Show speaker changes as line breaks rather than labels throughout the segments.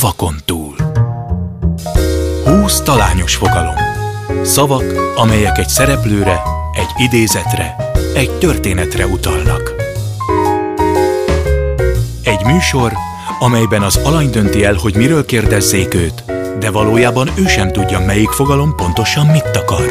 Szavakon túl. 20 talányos fogalom. Szavak, amelyek egy szereplőre, egy idézetre, egy történetre utalnak. Egy műsor, amelyben az alany dönti el, hogy miről kérdezzék őt, de valójában ő sem tudja, melyik fogalom pontosan mit akar.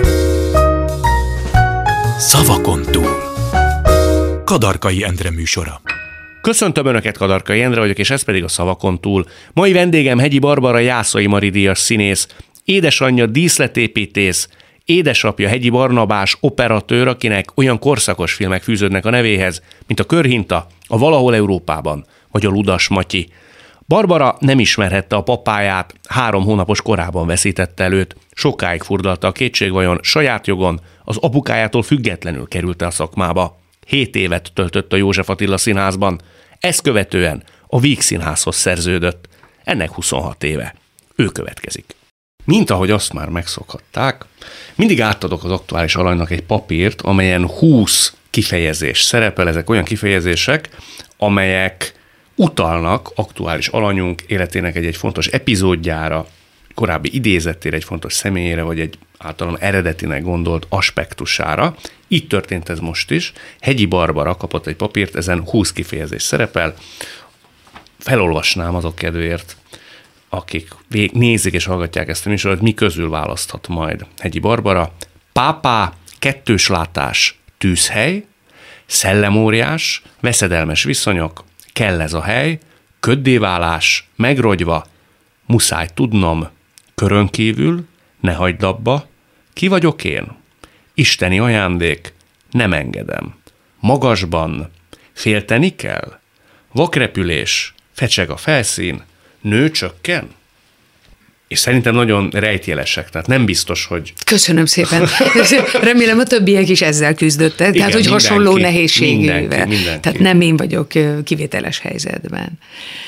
Szavakon túl. Kadarkai Endre műsora.
Köszöntöm Önöket, Kadarkai Endre vagyok, és ez pedig a Szavakon túl. Mai vendégem Hegyi Barbara Jászai Mari díjas színész, édesanyja díszletépítész, édesapja Hegyi Barnabás operatőr, akinek olyan korszakos filmek fűződnek a nevéhez, mint a Körhinta, a Valahol Európában, vagy a Ludas Matyi. Barbara nem ismerhette a papáját, 3 hónapos korában veszítette el őt. Sokáig furdalta a kétség, vajon saját jogon, az apukájától függetlenül került a szakmába. 7 évet töltött a József Attila Színházban, ezt követően a Víg Színházhoz szerződött. Ennek 26 éve. Ő következik. Mint ahogy azt már megszokhatták, mindig átadok az aktuális alanynak egy papírt, amelyen 20 kifejezés szerepel. Ezek olyan kifejezések, amelyek utalnak aktuális alanyunk életének egy fontos epizódjára, korábbi idézetére, egy fontos személyére, vagy egy általán eredetinek gondolt aspektusára. Így történt ez most is. Hegyi Barbara kapott egy papírt, ezen 20 kifejezés szerepel. Felolvasnám azok kedvéért, akik nézik és hallgatják ezt a műsorot, mi közül választhat majd Hegyi Barbara. Pápá, kettőslátás, tűzhely, szellemóriás, veszedelmes viszonyok, kell ez a hely, köddéválás, megrogyva, muszáj tudnom, körön kívül, ne hagyd abba, ki vagyok én? Isteni ajándék, nem engedem. Magasban, félteni kell? Vakrepülés, fecseg a felszín, nő csökken? És szerintem nagyon rejtjelesek, tehát nem biztos, hogy...
Köszönöm szépen. Remélem a többiek is ezzel küzdöttek, igen, tehát hogy hasonló nehézségűvel.
Mindenki.
Tehát nem én vagyok kivételes helyzetben.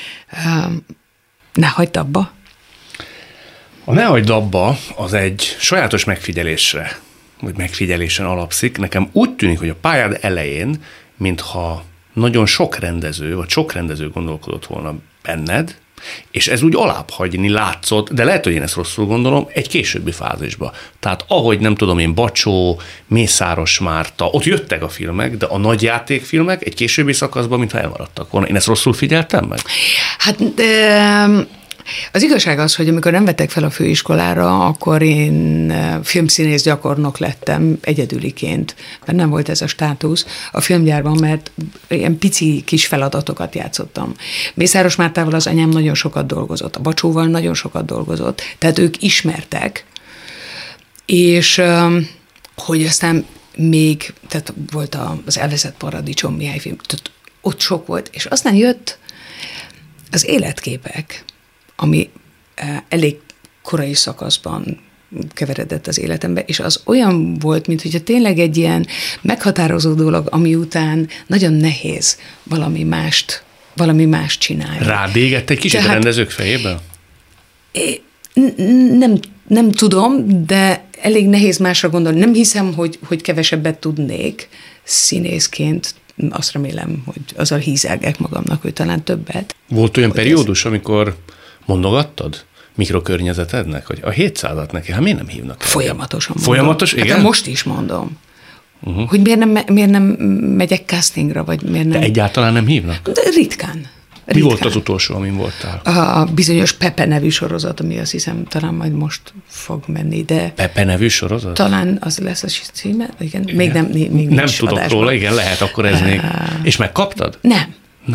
Ne hagyd abba.
A ne hagyd abba az egy sajátos megfigyelésre, vagy megfigyelésen alapszik. Nekem úgy tűnik, hogy a pályád elején, mintha nagyon sok rendező, vagy sok rendező gondolkodott volna benned, és ez úgy alábbhagyni látszott, de lehet, hogy én ezt rosszul gondolom, egy későbbi fázisba. Tehát ahogy nem tudom én, Bacsó, Mészáros Márta, ott jöttek a filmek, de a nagyjátékfilmek egy későbbi szakaszban, mintha elmaradtak volna. Én ezt rosszul figyeltem meg?
Hát az igazság az, hogy amikor nem vettek fel a főiskolára, akkor én filmszínész gyakornok lettem egyedüliként, mert nem volt ez a státusz a filmgyárban, mert ilyen pici kis feladatokat játszottam. Mészáros Mártával az anyám nagyon sokat dolgozott, a Bacsóval nagyon sokat dolgozott, tehát ők ismertek, és hogy aztán még, tehát volt az Elveszett Paradicsom Mihály film, tehát ott sok volt, és aztán jött az Életképek, ami elég korai szakaszban keveredett az életembe, és az olyan volt, mintha tényleg egy ilyen meghatározó dolog, ami után nagyon nehéz valami mást csinálni.
Rád égett egy kicsit a rendezők fejében?
Nem tudom, de elég nehéz másra gondolni. Nem hiszem, hogy kevesebbet tudnék színészként. Azt remélem, hogy azzal hízelgek magamnak, hogy talán többet.
Volt olyan periódus, amikor mondogattad mikrokörnyezetednek, hogy a 700-at neki, hát miért nem hívnak el?
Folyamatosan mondom.
Folyamatos, igen?
Hát most is mondom. Hogy miért nem megyek castingra, vagy miért nem...
De egyáltalán nem hívnak?
De ritkán.
Mi volt az utolsó, amin voltál?
A bizonyos Pepe nevű sorozat, ami azt hiszem talán majd most fog menni, de...
Pepe nevű sorozat?
Talán az lesz a címe? Igen. Még
nem tudok adásban róla, igen, lehet akkor ez még. És megkaptad?
Nem.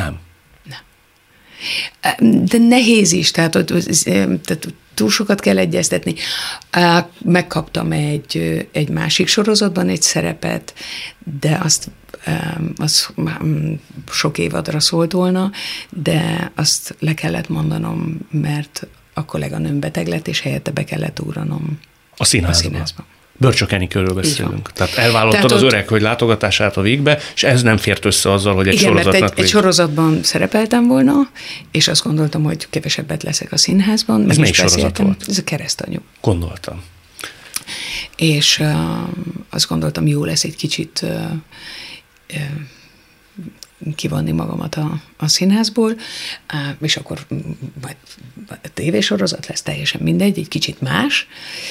De nehéz is, tehát túl sokat kell egyeztetni. Megkaptam egy másik sorozatban egy szerepet, de az sok évadra szólt volna, de azt le kellett mondanom, mert a kolléganőm beteg lett, és helyette be kellett ugranom a színházba.
Börcsök Enikőről beszélünk. Tehát elvállaltad az öreg, hogy látogatását a Végbe, és ez nem fért össze azzal, hogy egy sorozatnak...
Igen, mert egy sorozatban szerepeltem volna, és azt gondoltam, hogy kevesebbet leszek a színházban.
Ez melyik sorozat volt?
Ez a Keresztanyu.
Gondoltam.
És azt gondoltam, jó lesz egy kicsit kivonni magamat a színházból, és akkor majd a tévésorozat lesz, teljesen mindegy, egy kicsit más,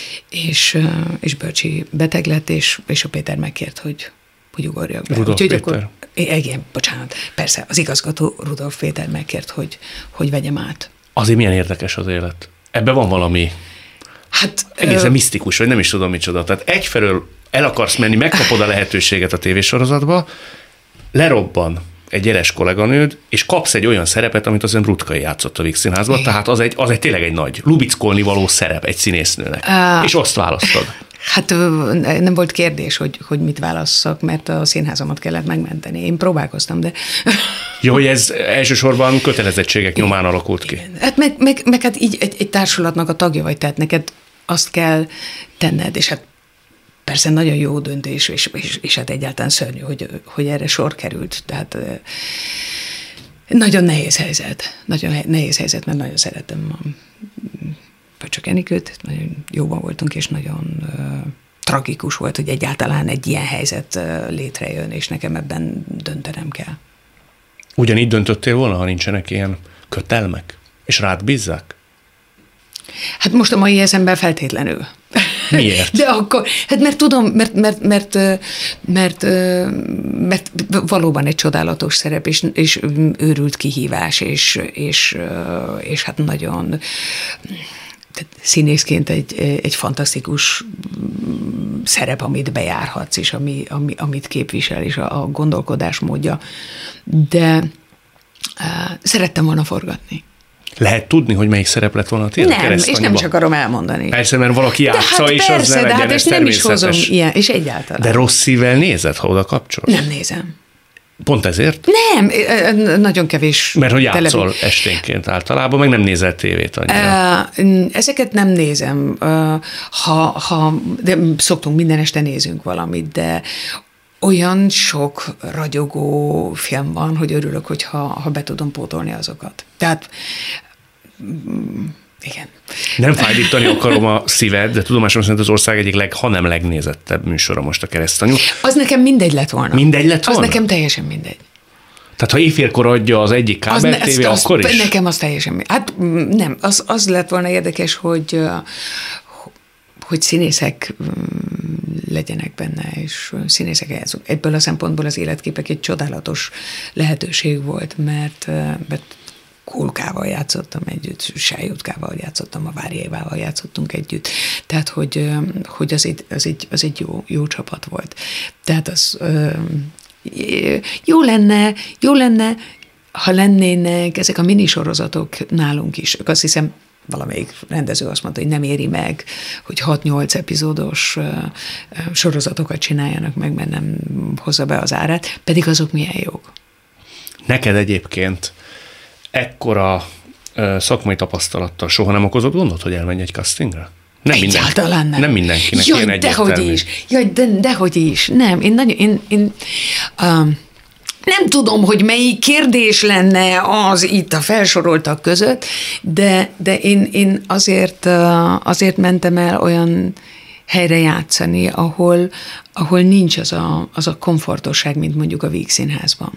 és Bölcsi beteg lett, és a Péter megkért, hogy ugorjak be.
Rudolf Péter? Akkor,
igen, bocsánat, persze, az igazgató Rudolf Péter megkért, hogy vegyem át.
Azért milyen érdekes az élet. Ebben van valami egészen misztikus, vagy nem is tudom micsoda. Tehát egyfelől el akarsz menni, megkapod a lehetőséget a tévésorozatba, lerobban egy gyeres kolléganőd, és kapsz egy olyan szerepet, amit az ön Rutkai játszott a Víg Színházban, tehát az egy tényleg egy nagy lubickolni való szerep egy színésznőnek. És azt választod.
Hát nem volt kérdés, hogy mit válasszak, mert a színházamat kellett megmenteni. Én próbálkoztam, de...
Jó, hogy ez elsősorban kötelezettségek nyomán alakult ki.
Hát meg hát így egy társulatnak a tagja vagy, tehát neked azt kell tenned, és hát persze nagyon jó döntés, és hát egyáltalán szörnyű, hogy erre sor került. Tehát nagyon nehéz helyzet, mert nagyon szeretem a Pöcsök Enikőt, nagyon jóban voltunk, és nagyon tragikus volt, hogy egyáltalán egy ilyen helyzet létrejön, és nekem ebben döntenem kell.
Ugyanígy döntöttél volna, ha nincsenek ilyen kötelmek, és rád bízzák?
Hát most a mai eszemben feltétlenül.
Miért?
De akkor, hát mert tudom, mert valóban egy csodálatos szerep, és őrült kihívás, és hát nagyon... Tehát színészként egy fantasztikus szerep, amit bejárhatsz, és amit képvisel, és a gondolkodásmódja. De szerettem volna forgatni.
Lehet tudni, hogy melyik szerep lett volna a tiéd?
Nem, és nem is akarom elmondani.
Persze, mert valaki játsza, és
persze,
az ne legyen,
és nem is hozom ilyen, és egyáltalán.
De rossz szívvel nézed, ha oda kapcsolsz?
Nem nézem.
Pont ezért?
Nem, nagyon kevés.
Mert hogy játszol esténként általában, meg nem nézel tévét annyira.
Ezeket nem nézem. De szoktunk, minden este nézünk valamit, de olyan sok ragyogó film van, hogy örülök, ha be tudom pótolni azokat. Tehát, igen.
Nem fájdítani akarom a szíved, de tudomásom szerint az ország egyik ha nem legnézettebb műsora most a Keresztanyu.
Az nekem mindegy lett volna.
Mindegy lett volna?
Az nekem teljesen mindegy.
Tehát ha éjfélkor adja az egyik kábel tévé, akkor is?
Nekem az teljesen hát nem, az lett volna érdekes, hogy színészek legyenek benne, és színészek játszunk. Ebből a szempontból az Életképek egy csodálatos lehetőség volt, mert Kulkával játszottam együtt, Sájutkával játszottam, a Várjévával játszottunk együtt. Tehát, hogy az egy jó csapat volt. Tehát az jó lenne, ha lennének ezek a minisorozatok nálunk is. Azt hiszem, valamelyik rendező azt mondta, hogy nem éri meg, hogy 6-8 epizódos sorozatokat csináljanak meg, mert nem hozza be az árát, pedig azok milyen jók.
Neked egyébként ekkora szakmai tapasztalattal soha nem okozott gondot, hogy elmenj egy castingra?
Egyáltalán nem.
Nem mindenkinek ilyen egyértelmű.
Dehogy is. Dehogy is. Nem, én nem tudom, hogy melyik kérdés lenne az itt a felsoroltak között, de én azért mentem el olyan helyre játszani, ahol nincs az a komfortosság, mint mondjuk a Víg Színházban.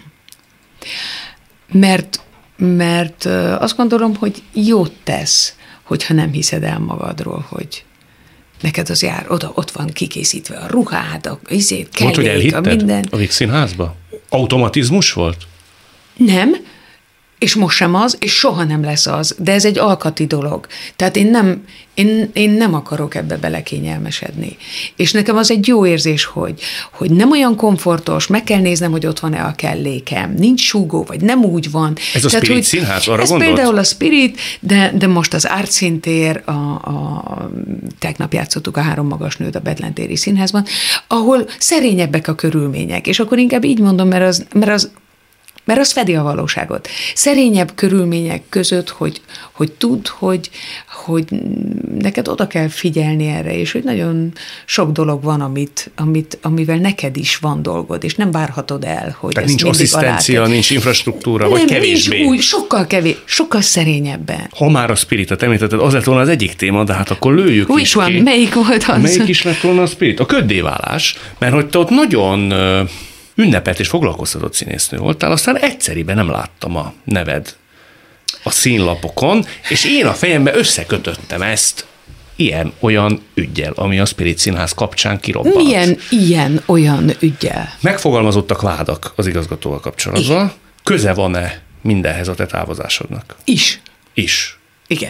Mert azt gondolom, hogy jót tesz, hogyha nem hiszed el magadról, hogy neked az jár, ott van kikészítve a ruhád, a kellék,
volt, hogy elhitted
minden.
A Víg Színházba? Automatizmus volt?
Nem, és most sem az, és soha nem lesz az, de ez egy alkati dolog. Tehát én nem akarok ebbe belekényelmesedni. És nekem az egy jó érzés, hogy nem olyan komfortos, meg kell néznem, hogy ott van-e a kellékem, nincs súgó, vagy nem úgy van.
Ez a
tehát,
Spirit Színház, arra
ez
gondolt?
Például a Spirit, de most az Art Színtér, tegnap játszottuk a 3 magas nőt a Bedlentéri Színházban, ahol szerényebbek a körülmények, és akkor inkább így mondom, mert az fedi a valóságot. Szerényebb körülmények között, hogy tudd, hogy neked oda kell figyelni erre, és hogy nagyon sok dolog van, amivel neked is van dolgod, és nem várhatod el, hogy
tehát nincs asszisztencia, nincs infrastruktúra, vagy kevésbé.
Nincs úgy, sokkal szerényebben.
Ha már a Spiritet említetted, az lett volna az egyik téma, de hát akkor lőjük
is ki. Melyik volt az?
Melyik is lett volna a Spirit? A köddéválás, mert hogy te ott nagyon ünnepelt és foglalkoztatott színésznő voltál, aztán egyszeriben nem láttam a neved a színlapokon, és én a fejembe összekötöttem ezt ilyen-olyan üggyel, ami a Spirit Színház kapcsán kirobbant.
Milyen ilyen-olyan üggyel?
Megfogalmazottak vádak az igazgatóval kapcsolatban. Igen. Köze van-e mindenhez a te távozásodnak? Is.
Igen.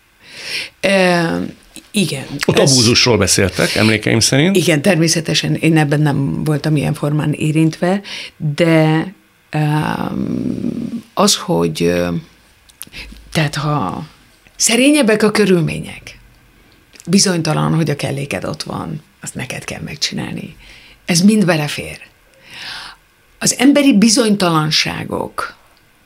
Igen.
Ott abúzusról beszéltek, emlékeim szerint.
Igen, természetesen én ebben nem voltam ilyen formán érintve, de az, hogy tehát ha szerényebbek a körülmények, bizonytalan, hogy a kelléked ott van, azt neked kell megcsinálni. Ez mind belefér. Az emberi bizonytalanságok,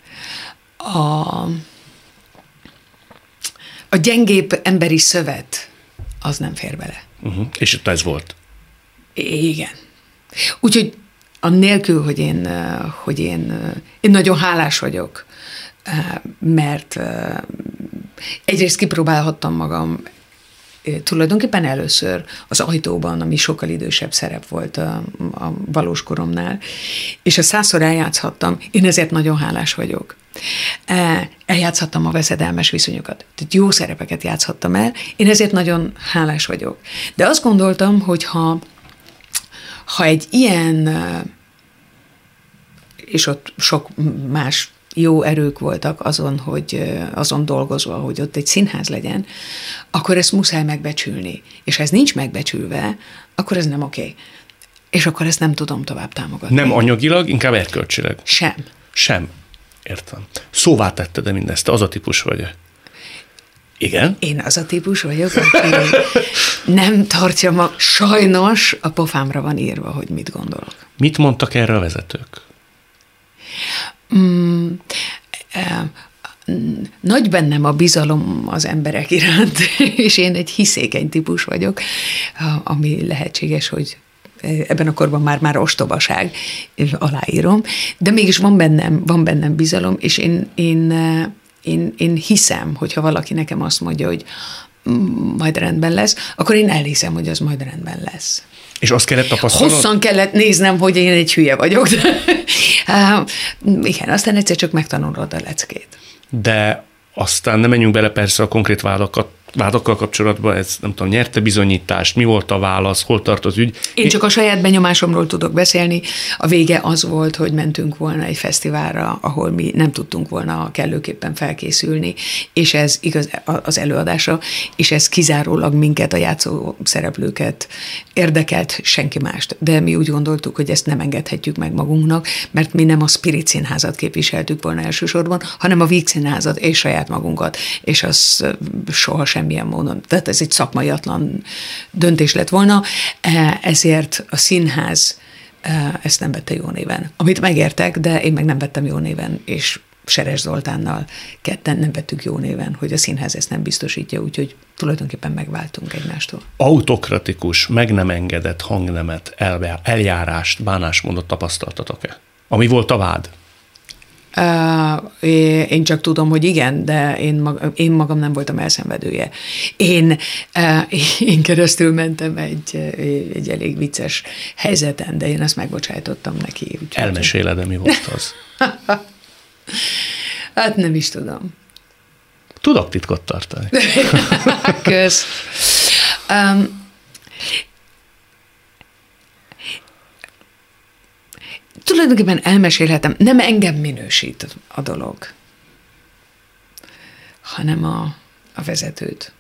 a gyengébb emberi szövet, az nem fér bele.
És itt ez volt.
Igen. Úgyhogy annélkül, hogy én nagyon hálás vagyok, mert egyrészt kipróbálhattam magam tulajdonképpen először az Ajtóban, ami sokkal idősebb szerep volt a valós koromnál, és a 100-szor eljátszhattam, én ezért nagyon hálás vagyok. Eljátszhattam a veszedelmes viszonyokat, tehát jó szerepeket játszhattam el, én ezért nagyon hálás vagyok. De azt gondoltam, hogy ha egy ilyen, és ott sok más jó erők voltak azon dolgozva, hogy ott egy színház legyen, akkor ezt muszáj megbecsülni. És ha ez nincs megbecsülve, akkor ez nem oké. És akkor ezt nem tudom tovább támogatni.
Nem anyagilag, inkább erkölcsileg.
Sem.
Értem. Szóvá tetted de mindezt, te az a típus vagy. Igen?
Én az a típus vagyok, aki nem tartja ma, sajnos a pofámra van írva, hogy mit gondolok.
Mit mondtak erre a vezetők?
Nagy bennem a bizalom az emberek iránt, és én egy hiszékeny típus vagyok, ami lehetséges, hogy ebben a korban már ostobaság, aláírom, de mégis van bennem bizalom, és én hiszem, hogyha valaki nekem azt mondja, hogy majd rendben lesz, akkor én elhiszem, hogy az majd rendben lesz.
És azt kellett tapasztalnod?
Hosszan kellett néznem, hogy én egy hülye vagyok. De, igen, aztán egyszer csak megtanulod a leckét.
De aztán nem menjünk bele persze a konkrét vádakkal kapcsolatban, ez nem tudom, nyerte bizonyítást, mi volt a válasz, hol tart az ügy?
Én csak a saját benyomásomról tudok beszélni. A vége az volt, hogy mentünk volna egy fesztiválra, ahol mi nem tudtunk volna kellőképpen felkészülni, és ez igaz az előadásra, és ez kizárólag minket, a játszó szereplőket érdekelt, senki mást. De mi úgy gondoltuk, hogy ezt nem engedhetjük meg magunknak, mert mi nem a Spirit Színházat képviseltük volna elsősorban, hanem a Víg Színházat és saját magunkat, és az soha semmilyen módon. Tehát ez egy szakmaiatlan döntés lett volna, ezért a színház ezt nem vette jó néven. Amit megértek, de én meg nem vettem jó néven, és Seres Zoltánnal ketten nem vettük jó néven, hogy a színház ezt nem biztosítja, úgyhogy tulajdonképpen megváltunk egymástól.
Autokratikus, meg nem engedett hangnemet, eljárást, bánásmódot tapasztaltatok-e? Ami volt a vád?
Én csak tudom, hogy igen, de én magam nem voltam elszenvedője. Én keresztül mentem egy elég vicces helyzeten, de én ezt megbocsájtottam neki.
Elmeséled, de mi volt az?
Hát nem is tudom.
Tudok titkot tartani.
Kösz. Tulajdonképpen elmesélhetem, nem engem minősít a dolog, hanem a vezetőt.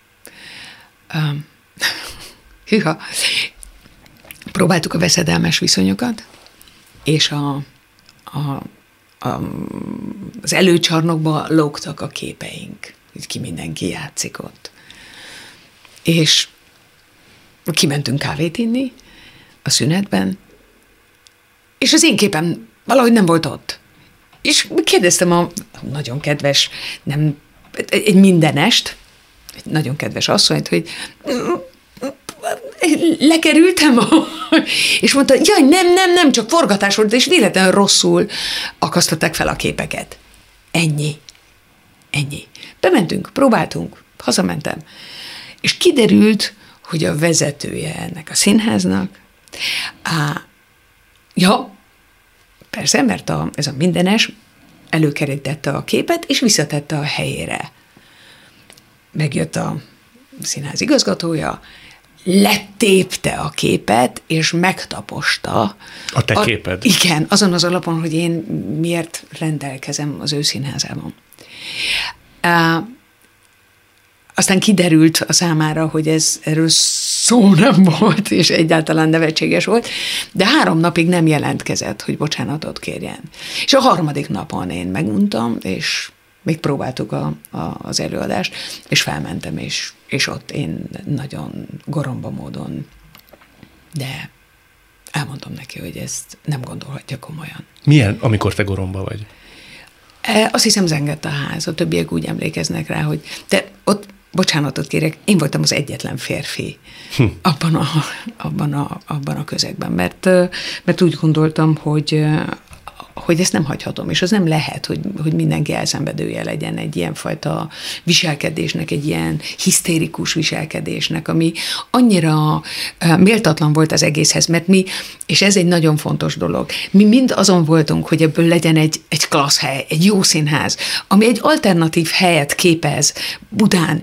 Hűha. Próbáltuk a veszedelmes viszonyokat, és az előcsarnokba lógtak a képeink, hogy ki mindenki játszik ott. És kimentünk kávét inni a szünetben, és az én képem valahogy nem volt ott. És kérdeztem a nagyon kedves, egy mindenest, egy nagyon kedves asszonyt, hogy lekerültem, és mondta, jaj, nem, csak forgatás volt, és véletlenül rosszul akasztották fel a képeket. Ennyi. Bementünk, próbáltunk, hazamentem. És kiderült, hogy a vezetője ennek a színháznak, Persze, mert ez a mindenes előkerítette a képet, és visszatette a helyére. Megjött a színház igazgatója, letépte a képet, és megtaposta.
A te képed?
Igen, azon az alapon, hogy én miért rendelkezem az ő színházában. Aztán kiderült a számára, hogy erről szó nem volt, és egyáltalán nevetséges volt, de 3 napig nem jelentkezett, hogy bocsánatot kérjen. És a 3. napon én meguntam, és még próbáltuk az előadást, és felmentem, és ott én nagyon goromba módon, de elmondtam neki, hogy ezt nem gondolhatja komolyan.
Milyen, amikor te goromba vagy?
Azt hiszem, zengett a ház. A többiek úgy emlékeznek rá, hogy te ott, bocsánatot kérek, én voltam az egyetlen férfi abban a közegben, mert úgy gondoltam, hogy ezt nem hagyhatom, és az nem lehet, hogy mindenki elszenvedője legyen egy ilyenfajta viselkedésnek, egy ilyen hisztérikus viselkedésnek, ami annyira méltatlan volt az egészhez, mert mi, és ez egy nagyon fontos dolog, mi mind azon voltunk, hogy ebből legyen egy klassz hely, egy jó színház, ami egy alternatív helyet képez Budán,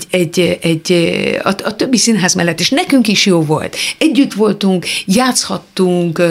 a többi színház mellett, és nekünk is jó volt. Együtt voltunk, játszhattunk,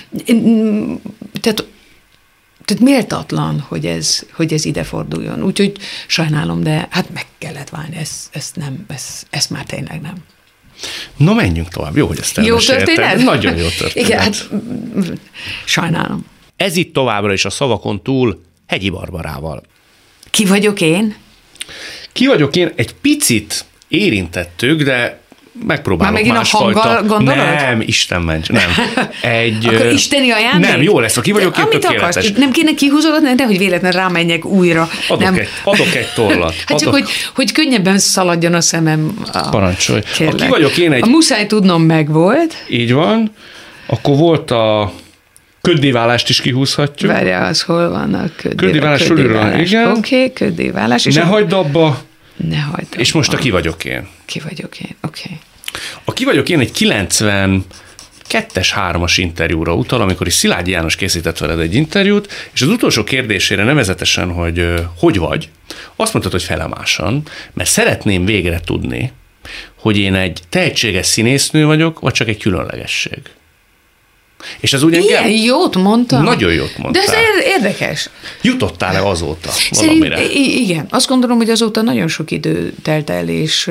tehát méltatlan, hogy ez ide forduljon. Úgyhogy sajnálom, de hát meg kellett válni, ezt már tényleg nem.
No, menjünk tovább. Jó, hogy ezt elmesélted.
Jó történet?
Nagyon jó történet.
Igen, hát sajnálom.
Ez itt továbbra is a szavakon túl Hegyi Barbarával.
Ki vagyok én?
Ki vagyok én? Egy picit érintettük, de megpróbálok
már megint
másfajta.
A hanggal gondolod?
Nem, Isten ments, nem.
Akkor isteni ajándék?
Nem, jó lesz, a ki vagyok én, tökéletes.
Akarsz, nem kéne kihúzódni, de hogy véletlenül rámenjek újra.
Adok egy tollat.
Hát csak, hogy könnyebben szaladjon a szemem.
Parancsolj.
Kérlek.
A ki vagyok én
A muszáj tudnom megvolt.
Így van. Akkor volt a köddéválást is kihúzhatjuk.
Várjál, az hol van a
köddéválás fölülről van, igen.
Oké, köddéválás.
Ne hagyd abba.
Ne hagyd abba.
És most a ki vagyok én.
Ki vagyok én, oké.
A ki vagyok én egy 92-es 3-as interjúra utal, amikor is Szilágyi János készített veled egy interjút, és az utolsó kérdésére nevezetesen, hogy vagy, azt mondtad, hogy felemásan, mert szeretném végre tudni, hogy én egy tehetséges színésznő vagyok, vagy csak egy különlegesség. És ez ugye
ilyen jót mondtam?
Nagyon jót mondtál.
De ez érdekes.
Jutottál-e azóta valamire?
Igen, azt gondolom, hogy azóta nagyon sok idő telt el,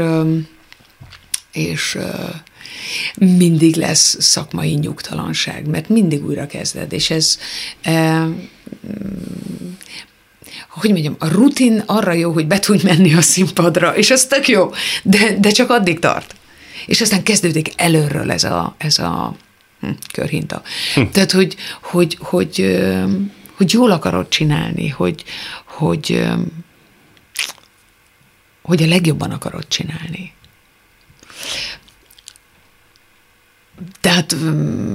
és mindig lesz szakmai nyugtalanság, mert mindig újra kezded, és ez, hogy mondjam, a rutin arra jó, hogy be tudj menni a színpadra, és az tök jó, de csak addig tart. És aztán kezdődik előről ez a körhinta. Tehát, hogy jól akarod csinálni, hogy a legjobban akarod csinálni. Tehát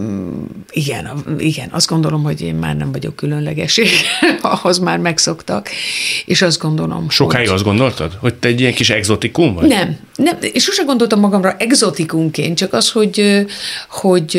igen, azt gondolom, hogy én már nem vagyok különleges, ahhoz már megszoktak, és azt gondolom,
sokáig azt gondoltad, hogy te egy ilyen kis egzotikum vagy?
Nem, és sosem gondoltam magamra egzotikumként, csak az, hogy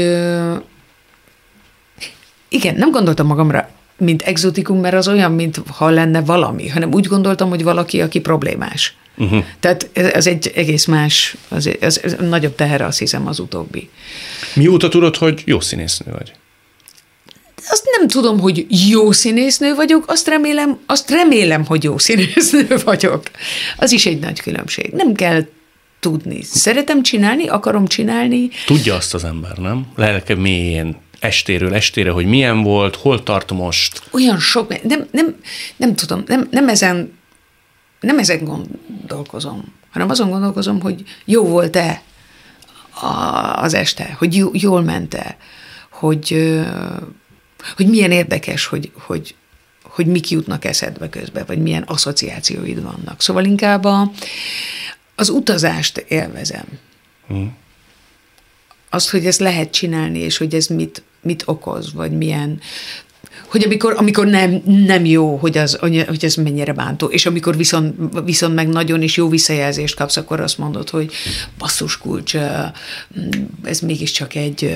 igen, nem gondoltam magamra, mint egzotikum, mert az olyan, mintha lenne valami, hanem úgy gondoltam, hogy valaki, aki problémás. Uh-huh. Tehát ez egy egész más, ez nagyobb teher, azt hiszem, az utóbbi.
Mióta tudod, hogy jó színésznő vagy?
Azt nem tudom, hogy jó színésznő vagyok, azt remélem, hogy jó színésznő vagyok. Az is egy nagy különbség. Nem kell tudni. Szeretem csinálni, akarom csinálni.
Tudja azt az ember, nem? Lelke mélyén, estéről estére, hogy milyen volt, hol tart most?
Olyan sok, nem tudom, nem ezen gondolkozom, hanem azon gondolkozom, hogy jó volt-e az este, hogy jól ment-e, hogy milyen érdekes, hogy mik jutnak eszedbe közben, vagy milyen asszociációid vannak. Szóval inkább az utazást élvezem. Azt, hogy ezt lehet csinálni, és hogy ez mit okoz, vagy milyen, hogy amikor nem jó, hogy ez mennyire bántó, és amikor viszont meg nagyon is jó visszajelzést kapsz, akkor azt mondod, hogy basszus kulcs, ez mégiscsak egy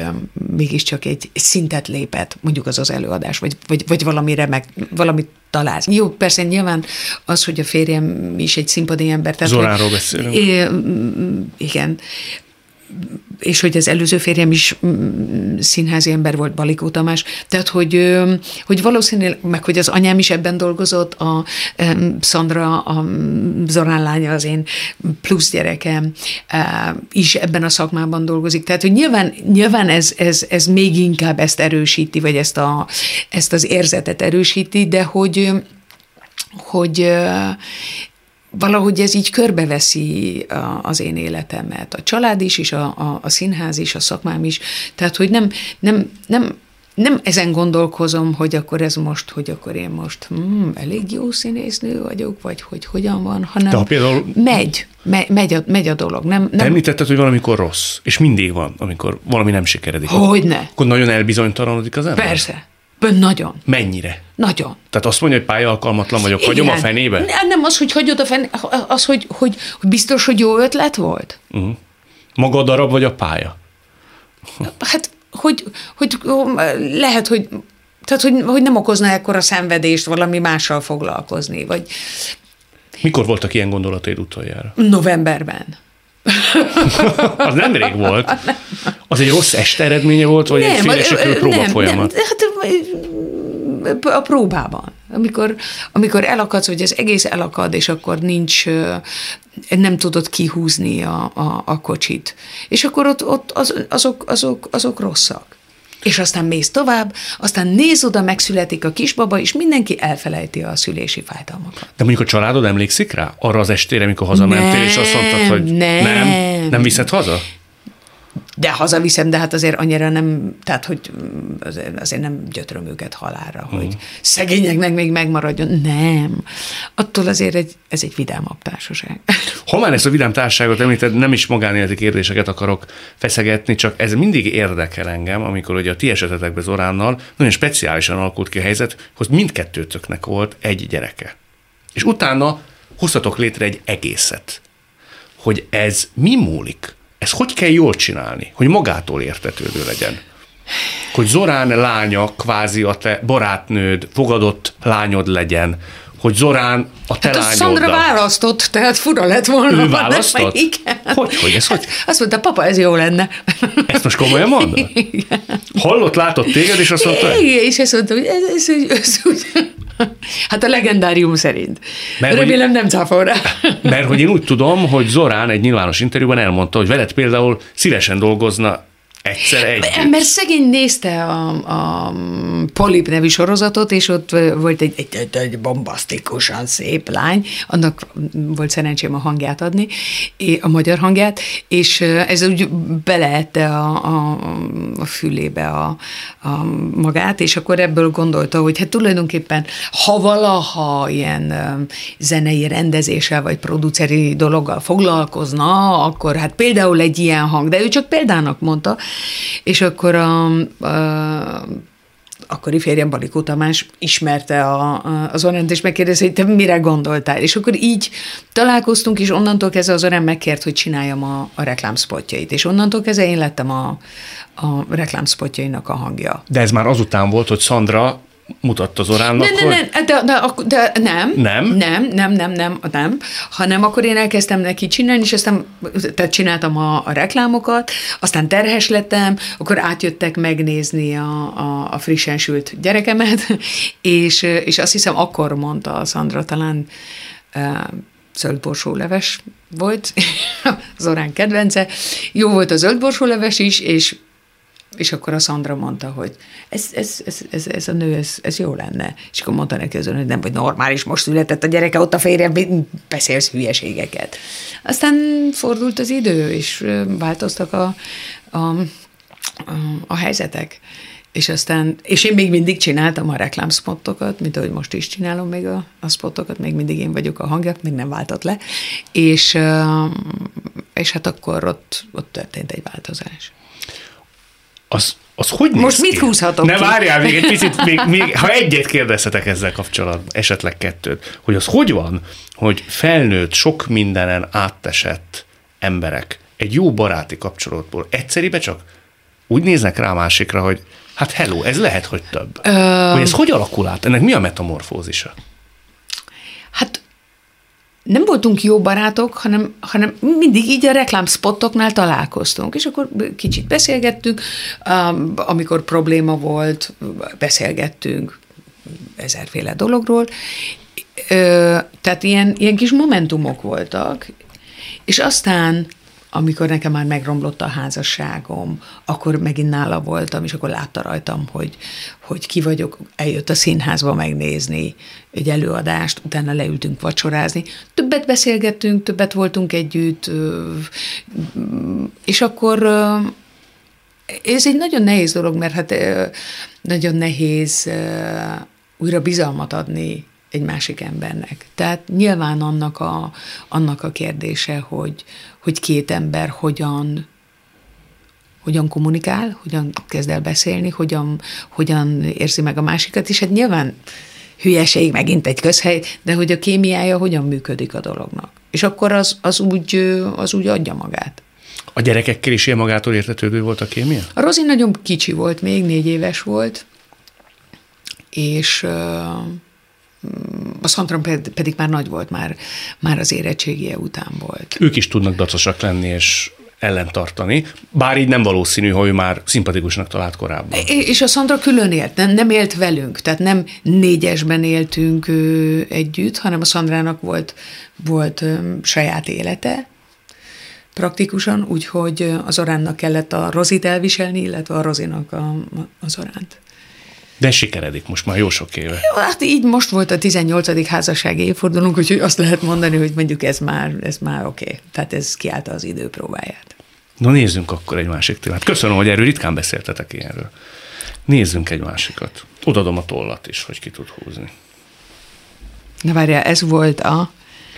szintet lépett, mondjuk az előadás, vagy valamit találsz. Jó, persze nyilván az, hogy a férjem is egy színpadi ember.
Zoránról beszélünk.
Igen. És hogy az előző férjem is színházi ember volt, Balikó Tamás, tehát hogy valószínűleg, meg hogy az anyám is ebben dolgozott, a Szandra, a Zorán lánya, az én plusz gyerekem is ebben a szakmában dolgozik. Tehát, hogy nyilván ez még inkább ezt erősíti, vagy ezt az érzetet erősíti, de hogy valahogy ez így körbeveszi az én életemet. A család is, és a színház is, a szakmám is. Tehát, hogy nem ezen gondolkozom, hogy akkor én most elég jó színésznő vagyok, vagy hogy hogyan van, hanem
de például
megy a dolog.
Te említetted, hogy valamikor rossz, és mindig van, amikor valami nem sikeredik.
Hogyne.
Akkor nagyon elbizonytalanodik az ember?
Persze. Nagyon.
Mennyire?
Nagyon.
Tehát azt mondja, hogy pályaalkalmatlan vagyok, hagyom a fenébe?
Nem az, hogy hagyod a fenébe, az, hogy biztos, hogy jó ötlet volt.
Maga a darab vagy a pálya?
Hát, hogy lehet, hogy nem okozna ekkora szenvedést valami mással foglalkozni, vagy...
Mikor voltak ilyen gondolataid utoljára?
Novemberben.
Az nem rég volt. Az egy rossz este eredménye volt, vagy egy félresekülő próbafolyamat?
Hát a próbában. Amikor elakadsz, vagy az egész elakad, és akkor nem tudod kihúzni a kocsit. És akkor ott azok rosszak. És aztán mész tovább, aztán néz oda, megszületik a kisbaba, és mindenki elfelejti a szülési fájdalmakat.
De mondjuk a családod emlékszik rá? Arra az estére, amikor hazamentél, és azt mondtad, hogy nem viszed haza?
De hazaviszem, de hát azért annyira nem, tehát hogy azért nem gyötröm őket halálra, hogy szegényeknek még megmaradjon. Nem. Attól azért ez egy vidámabb társaság.
Ha már ezt a vidám társaságot említed, nem is magánéleti kérdéseket akarok feszegetni, csak ez mindig érdekel engem, amikor ugye a ti esetetekben Zoránnal nagyon speciálisan alakult ki a helyzet, hogy mindkettőtöknek volt egy gyereke. És utána hoztatok létre egy egészet. Hogy ez mi múlik? Ez hogy kell jól csinálni, hogy magától értetődő legyen? Hogy Zorán lánya kvázi a te barátnőd, fogadott lányod legyen, hogy Zorán a te lányoddal.
Szandra választott, tehát fura lett volna.
Ő választott?
Igen.
Hogy? Ez hogy?
Azt mondta, papa, ez jó lenne.
Ezt most komolyan mondod?
Igen.
Hallott, látott téged, és azt mondta?
Igen, és azt mondta, hogy ez úgy. Hát a legendárium szerint. Remélem nem cáfol rá.
Mert hogy én úgy tudom, hogy Zorán egy nyilvános interjúban elmondta, hogy veled például szívesen dolgozna egyszer együtt.
Mert szegény nézte a Polip nevű sorozatot, és ott volt egy bombasztikusan szép lány, annak volt szerencsém a hangját adni, a magyar hangját, és ez úgy beleette a fülébe a magát, és akkor ebből gondolta, hogy hát tulajdonképpen, ha valaha ilyen zenei rendezéssel, vagy produceri dologgal foglalkozna, akkor hát például egy ilyen hang, de ő csak példának mondta, és akkor akkori férjem Balikó Tamás ismerte az Zoránt, és megkérdezte, hogy te mire gondoltál. És akkor így találkoztunk, és onnantól kezdve az Zorán megkért, hogy csináljam a reklámszpotjait. És onnantól kezdve én lettem a reklámszpotjainak a hangja.
De ez már azután volt, hogy Szandra mutatta Zoránnak,
Nem, hanem akkor én elkezdtem neki csinálni, és aztán tehát csináltam a reklámokat, aztán terhes lettem, akkor átjöttek megnézni a frissen sült gyerekemet, és azt hiszem akkor mondta a Szandra, talán zöldborsóleves volt, Zorán kedvence, jó volt a zöldborsóleves is, és akkor a Szandra mondta, hogy ez a nő, ez jó lenne. És akkor mondta neki azon, hogy nem vagy normális, most született a gyereke, ott a férjem, beszélsz hülyeségeket. Aztán fordult az idő, és változtak a helyzetek. És én még mindig csináltam a reklámszpottokat, mint ahogy most is csinálom még a spottokat, még mindig én vagyok a hangja, még nem váltott le. És hát akkor ott történt egy változás.
Az hogy
most
néz
mit
ki?
húzhatok
Ne
ki?
várjál még egy picit, még, ha egyet kérdezhetek ezzel kapcsolatban, esetleg kettőt, hogy az hogy van, hogy felnőtt, sok mindenen átesett emberek egy jó baráti kapcsolatból egyszeribe csak úgy néznek rá a másikra, hogy hát hello, ez lehet, hogy több. Hogy ez hogy alakul át? Ennek mi a metamorfózisa?
Hát nem voltunk jó barátok, hanem mindig így a reklámspottoknál találkoztunk, és akkor kicsit beszélgettünk, amikor probléma volt, beszélgettünk ezerféle dologról, tehát ilyen kis momentumok voltak, és aztán, amikor nekem már megromlott a házasságom, akkor megint nála voltam, és akkor látta rajtam, hogy ki vagyok, eljött a színházba megnézni egy előadást, utána leültünk vacsorázni. Többet beszélgettünk, többet voltunk együtt, és akkor ez egy nagyon nehéz dolog, mert hát nagyon nehéz újra bizalmat adni egy másik embernek. Tehát nyilván annak a kérdése, hogy két ember hogyan kommunikál, hogyan kezd el beszélni, hogyan érzi meg a másikat, és hát nyilván hülyeség megint egy közhely, de hogy a kémiája hogyan működik a dolognak. És akkor az úgy adja magát.
A gyerekekkel is ilyen magától értetődő volt a kémia?
A Rozi nagyon kicsi volt, még 4 éves volt, és a Szandra pedig már nagy volt, már az érettségie után volt.
Ők is tudnak dacosak lenni és ellentartani, bár így nem valószínű, hogy ő már szimpatikusnak talált korábban.
És a Szandra külön élt, nem élt velünk, tehát nem 4-esben éltünk együtt, hanem a Szandrának volt saját élete, praktikusan, úgyhogy az Oránnak kellett a Rozit elviselni, illetve a Rozinak az Oránt.
De sikeredik most már jó sok éve.
Hát így most volt a 18. házassági évfordulónk, úgyhogy azt lehet mondani, hogy mondjuk ez már oké. Tehát ez kiállta az idő próbáját.
No, nézzünk akkor egy másik témát. Köszönöm, hogy erről ritkán beszéltetek ilyenről. Nézzünk egy másikat. Odadom a tollat is, hogy ki tud húzni.
Na várjál, ez volt a...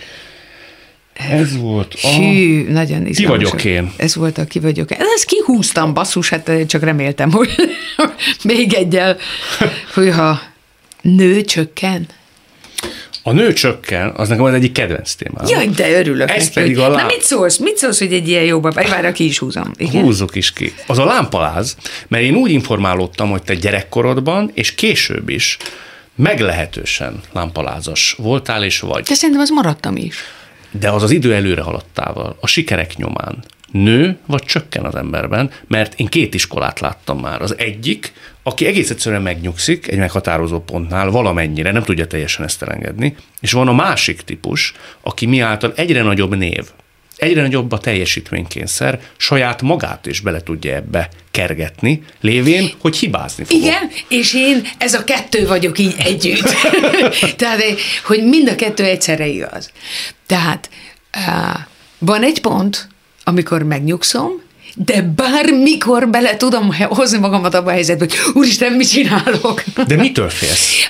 Hű, nagyon izgalmas.
Ki vagyok én?
Ez volt a Ki vagyok én. Ezt kihúztam, basszus, hát csak reméltem, hogy még egyel, hogyha nő csökken.
A nő csökken, az nekem az egyik kedvenc témám.
Jaj, de örülök
Ez
neki.
pedig a
Na mit szólsz, hogy egy ilyen jó babá? Várj, ki is húzom. Igen?
Húzzuk is ki. Az a lámpaláz, mert én úgy informálódtam, hogy te gyerekkorodban, és később is meglehetősen lámpalázas voltál és vagy.
De szerintem az maradtam is.
De az idő előre haladtával, a sikerek nyomán nő vagy csökken az emberben, mert én 2 iskolát láttam már. Az egyik, aki egész egyszerűen megnyugszik egy meghatározó pontnál valamennyire, nem tudja teljesen ezt elengedni, és van a másik típus, aki miáltal egyre nagyobb név, egyre nagyobb a teljesítménykényszer, saját magát is bele tudja ebbe kergetni, lévén, hogy hibázni fogok.
Igen, és én ez a 2 vagyok így együtt. Tehát, hogy mind a 2 egyszerre igaz. Tehát van egy pont, amikor megnyugszom, de bármikor bele tudom hozni magamat abba a helyzetbe, hogy úristen, mit csinálok?
De mitől félsz?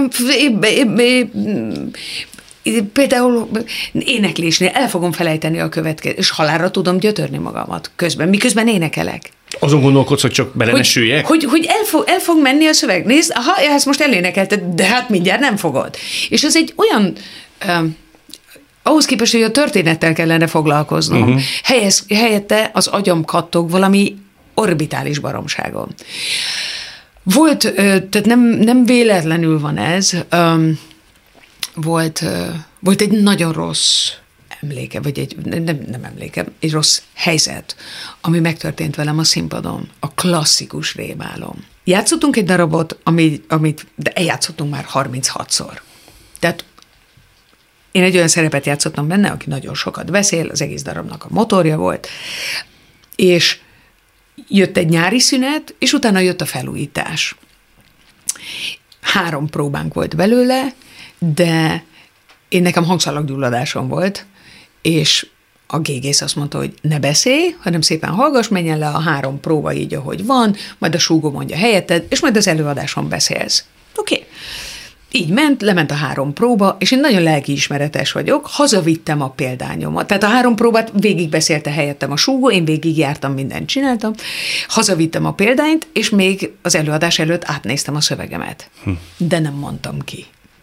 Például éneklésnél el fogom felejteni a következő, és halálra tudom gyötörni magamat miközben énekelek.
Azon gondolkodsz, hogy csak bele ne süljek?
Hogy el fog menni a szöveg. Nézd, ezt most elénekelted, de hát mindjárt nem fogod. És ez egy olyan... ahhoz képest, hogy a történettel kellene foglalkoznom. Helyette az agyam kattog valami orbitális baromságon. Tehát nem véletlenül van ez. Volt egy nagyon rossz emléke, vagy nem emléke, egy rossz helyzet, ami megtörtént velem a színpadon. A klasszikus rémálom. Játszottunk egy darabot, de eljátszottunk már 36-szor. Tehát én egy olyan szerepet játszottam benne, aki nagyon sokat beszél, az egész darabnak a motorja volt, és jött egy nyári szünet, és utána jött a felújítás. 3 próbánk volt belőle, de nekem hangszalaggyulladásom volt, és a gégész azt mondta, hogy ne beszélj, hanem szépen hallgass, menjen le a 3 próba így, ahogy van, majd a súgó mondja helyetted, és majd az előadáson beszélsz. Oké. így ment, lement a 3 próba, és én nagyon lelkiismeretes vagyok, hazavittem a példányomat. Tehát a 3 próbát végigbeszélte helyettem a súgó, én végigjártam, mindent csináltam, hazavittem a példányt, és még az előadás előtt átnéztem a szövegemet. De nem mondtam ki.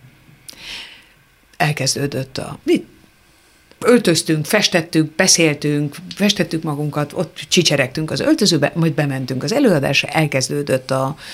Elkezdődött öltöztünk, festettük, beszéltünk, festettük magunkat, ott csicseregtünk az öltözőbe, majd bementünk az előadásra, elkezdődött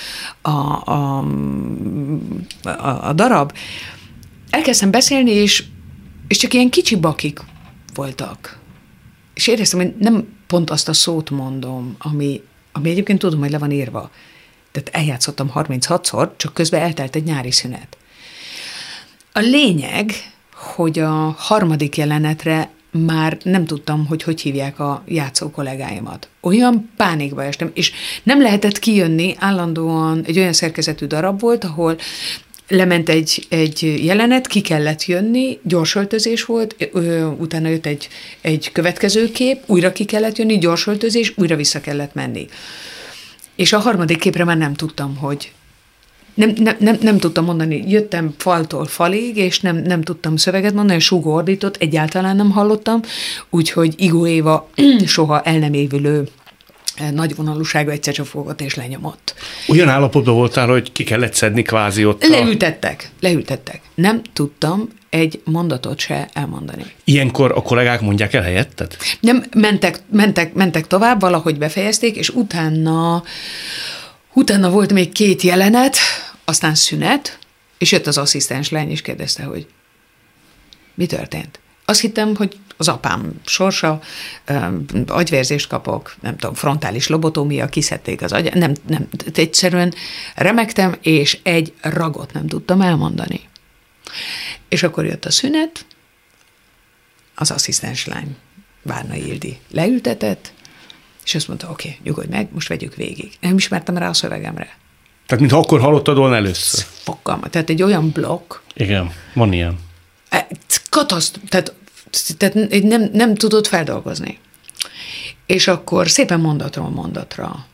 a darab. Elkezdtem beszélni, és csak ilyen kicsi bakik voltak. És éreztem, hogy nem pont azt a szót mondom, ami egyébként tudom, hogy le van írva. Tehát eljátszottam 36-szor, csak közben eltelt egy nyári szünet. A lényeg, hogy a 3. jelenetre már nem tudtam, hogy hívják a játszó kollégáimat. Olyan pánikba estem, és nem lehetett kijönni, állandóan egy olyan szerkezetű darab volt, ahol lement egy jelenet, ki kellett jönni, gyorsöltözés volt, utána jött egy következő kép, újra ki kellett jönni, gyorsöltözés, újra vissza kellett menni. És a 3. képre már nem tudtam, hogy nem tudtam mondani, jöttem faltól falig, és nem tudtam szöveget mondani, súgó ordított, egyáltalán nem hallottam, úgyhogy Igó Éva soha el nem évülő nagy vonalúsága egyszer csak fogott és lenyomott.
Olyan állapotban voltál, hogy ki kellett szedni kvázi ott
Leültettek. Nem tudtam egy mondatot se elmondani.
Ilyenkor a kollégák mondják el helyetted?
Nem, mentek tovább, valahogy befejezték, és utána volt még 2 jelenet, aztán szünet, és jött az asszisztens lány, és kérdezte, hogy mi történt. Azt hittem, hogy az apám sorsa, agyvérzést kapok, nem tudom, frontális lobotómia, kiszedték az agyat, nem, egyszerűen remegtem, és egy ragot nem tudtam elmondani. És akkor jött a szünet, az asszisztens lány, Várnai Ildi leültetett, és azt mondta, oké, nyugodj meg, most vegyük végig. Nem ismertem rá a szövegemre.
Tehát, mintha akkor hallottad volna először.
Fogalma. Tehát egy olyan blokk.
Igen, van ilyen.
Tehát nem tudod feldolgozni. És akkor szépen mondatról mondatra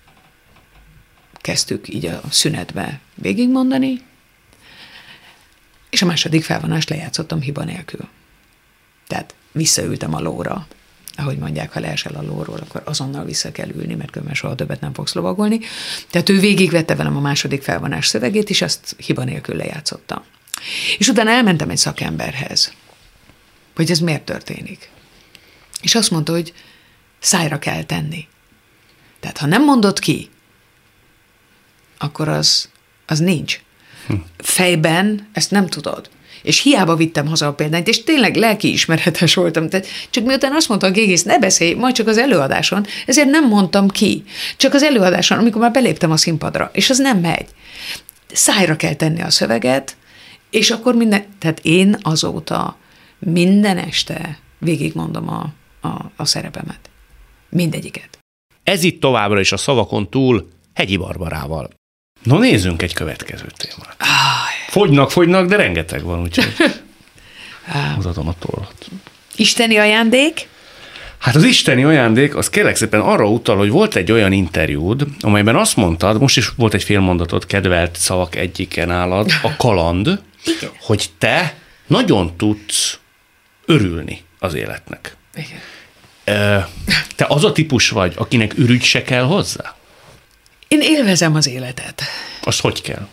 kezdtük így a szünetbe végigmondani, és a második felvonást lejátszottam hiba nélkül. Tehát visszaültem a lóra. Ahogy mondják, ha leesel a lóról, akkor azonnal vissza kell ülni, mert különben soha többet nem fogsz lovagolni. Tehát ő végigvette velem a második felvonás szövegét, és azt hiba nélkül lejátszottam. És utána elmentem egy szakemberhez, hogy ez miért történik. És azt mondta, hogy szájra kell tenni. Tehát ha nem mondod ki, akkor az nincs. Fejben ezt nem tudod. És hiába vittem haza a példányt, és tényleg lelkiismeretes voltam. Tehát csak miután azt mondta a Gégész, ne beszélj, majd csak az előadáson, ezért nem mondtam ki. Csak az előadáson, amikor már beléptem a színpadra, és az nem megy. Szájra kell tenni a szöveget, és akkor tehát én azóta minden este végigmondom a szerepemet. Mindegyiket.
Ez itt továbbra is a Szavakon túl Hegyi Barbarával. No, nézzünk egy következő témát. Fogynak, de rengeteg van, úgyhogy mutatom a tollat.
Isteni ajándék?
Hát az isteni ajándék, az kérlek szépen arra utal, hogy volt egy olyan interjúd, amelyben azt mondtad, most is volt egy félmondatot, kedvelt szavak egyike nálad, a kaland, igen, hogy te nagyon tudsz örülni az életnek.
Igen.
Te az a típus vagy, akinek ürügy se kell hozzá?
Én élvezem az életet.
Azt hogy kell?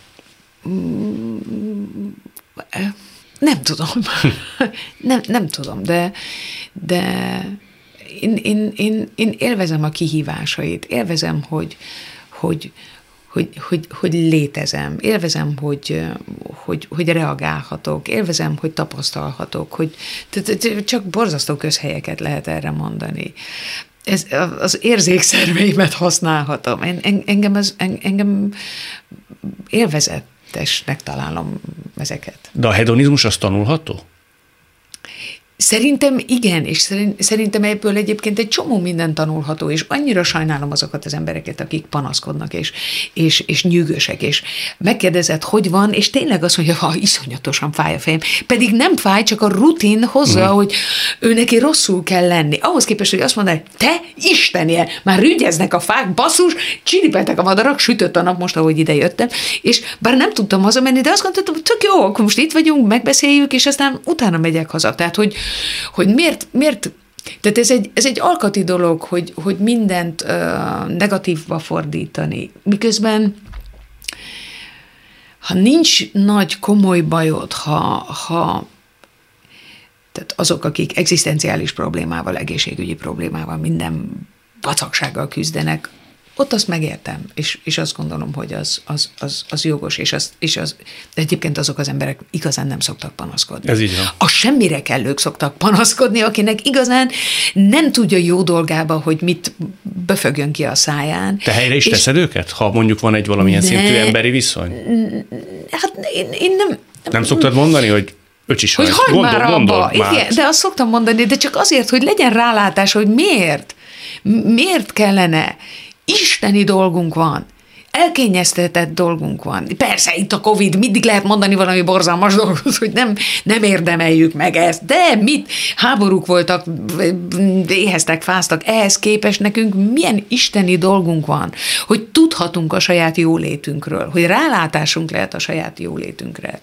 Nem tudom. nem tudom, de én élvezem a kihívásait, élvezem, hogy létezem, élvezem, hogy reagálhatok, élvezem, hogy tapasztalhatok, hogy csak borzasztó közhelyeket lehet erre mondani. Ez az érzékszerveimet használhatom. Engem élvezetesnek találom ezeket.
De a hedonizmus az tanulható?
Szerintem igen, és szerintem ebből egyébként egy csomó minden tanulható, és annyira sajnálom azokat az embereket, akik panaszkodnak, és nyűgösek, és megkérdezed, hogy van, és tényleg azt mondja, ha iszonyatosan fáj a fejem. Pedig nem fáj, csak a rutin hozza, hogy ő neki rosszul kell lenni. Ahhoz képest, hogy azt mondaná, te Istenje, már rügyeznek a fák, basszus, csiripeltek a madarak, sütött a nap most, ahogy ide jöttem, és bár nem tudtam hazamenni, de azt gondoltam, tök jó, akkor most itt vagyunk, megbeszéljük, és aztán utána megyek haza. Tehát, hogy miért tehát ez egy alkati dolog, hogy mindent negatívba fordítani. Miközben, ha nincs nagy komoly bajod, tehát azok, akik egzisztenciális problémával, egészségügyi problémával, minden vacaksággal küzdenek, ott azt megértem, és azt gondolom, hogy az jogos, de egyébként azok az emberek igazán nem szoktak panaszkodni.
Ez így van.
A semmire kellők szoktak panaszkodni, akinek igazán nem tudja jó dolgába, hogy mit böfögjön ki a száján.
Te helyre is teszed őket, ha mondjuk van egy valamilyen szintű emberi viszony?
Hát én nem...
Nem szoktad mondani, hogy öcsi sajt.
Hogy hagyd már abba. Igen, de azt szoktam mondani, de csak azért, hogy legyen rálátás, hogy miért kellene. Isteni dolgunk van. Elkényeztetett dolgunk van. Persze, itt a Covid, mindig lehet mondani valami borzalmas dolgot, hogy nem érdemeljük meg ezt, de mit? Háborúk voltak, éheztek, fáztak, ehhez képest nekünk milyen isteni dolgunk van, hogy tudhatunk a saját jólétünkről, hogy rálátásunk lehet a saját jólétünkre.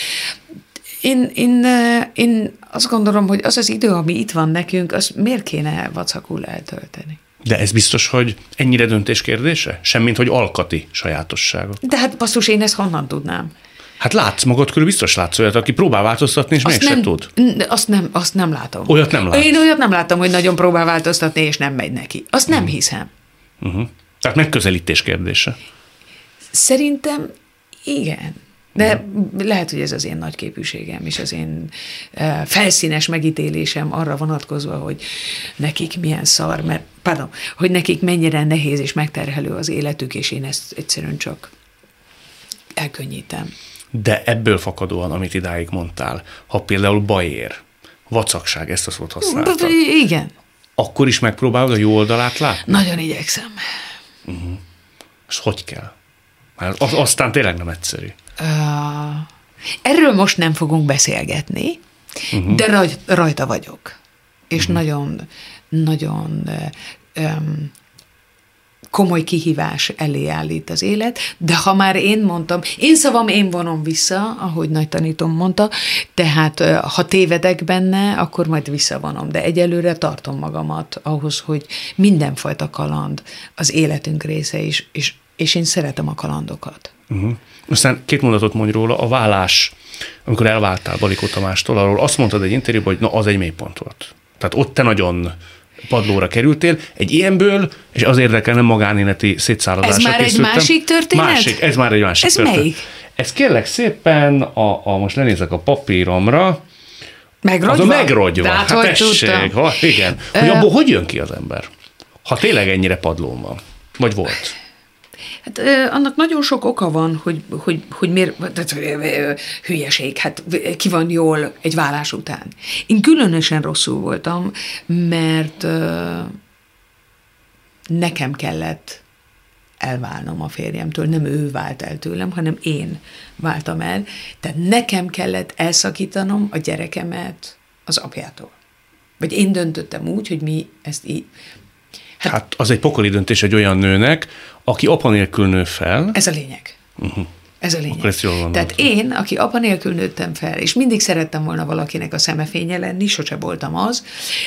Én azt gondolom, hogy az idő, ami itt van nekünk, az miért kéne vacakul eltölteni?
De ez biztos, hogy ennyire döntés kérdése? Semmint, hogy alkati sajátosságok.
De hát basszus, én ezt honnan tudnám?
Hát látsz magad körül, biztos látsz olyat, aki próbál változtatni, és mégsem tud.
Azt nem látom.
Olyat nem látsz?
Én olyat nem láttam, hogy nagyon próbál változtatni, és nem megy neki. Azt nem hiszem.
Tehát megközelítés kérdése.
Szerintem igen. De lehet, hogy ez az én nagyképűségem, és az én felszínes megítélésem arra vonatkozva, hogy nekik milyen szar, hogy nekik mennyire nehéz és megterhelő az életük, és én ezt egyszerűen csak elkönnyítem.
De ebből fakadóan, amit idáig mondtál, ha például baj ér, vacakság, ezt a szót használtad.
Igen.
Akkor is megpróbálod a jó oldalát látni?
Nagyon igyekszem.
És hogy kell? Aztán tényleg nem egyszerű.
Erről most nem fogunk beszélgetni, de rajta vagyok. És nagyon komoly kihívás elé állít az élet, de ha már én mondtam, én szavam, én vonom vissza, ahogy nagy tanítom mondta, tehát ha tévedek benne, akkor majd visszavonom, de egyelőre tartom magamat ahhoz, hogy mindenfajta kaland az életünk része is, és én szeretem a kalandokat.
Aztán 2 mondatot mondj róla, a vállás, amikor elváltál Balikó Tamástól, arról azt mondtad egy interjúban, hogy az egy mélypont volt. Tehát ott te nagyon padlóra kerültél, egy ilyenből, és az érdekel, nem magánéleti szétszállazásra készültem.
Ez már egy másik történet?
Ez már egy másik történet.
Melyik?
Ez kérlek szépen, most lenézek a papíromra,
Megrogyva?
Az a megrogyva.
Hát tessék,
igen. Hogy abból hogy jön ki az ember? Ha tényleg ennyire padlón van. Vagy volt?
Hát annak nagyon sok oka van, hogy miért, hülyeség, hát ki van jól egy vállás után. Én különösen rosszul voltam, mert nekem kellett elválnom a férjemtől, nem ő vált el tőlem, hanem én váltam el. Tehát nekem kellett elszakítanom a gyerekemet az apjától. Vagy én döntöttem úgy, hogy mi ezt így...
Hát az egy pokoli döntés egy olyan nőnek, aki apa nélkül nő fel.
Ez a lényeg. Ez a lényeg.
Ezt jól gondoltam.
Tehát én, aki apa nélkül nőttem fel, és mindig szerettem volna valakinek a szemefénye lenni, sose voltam az,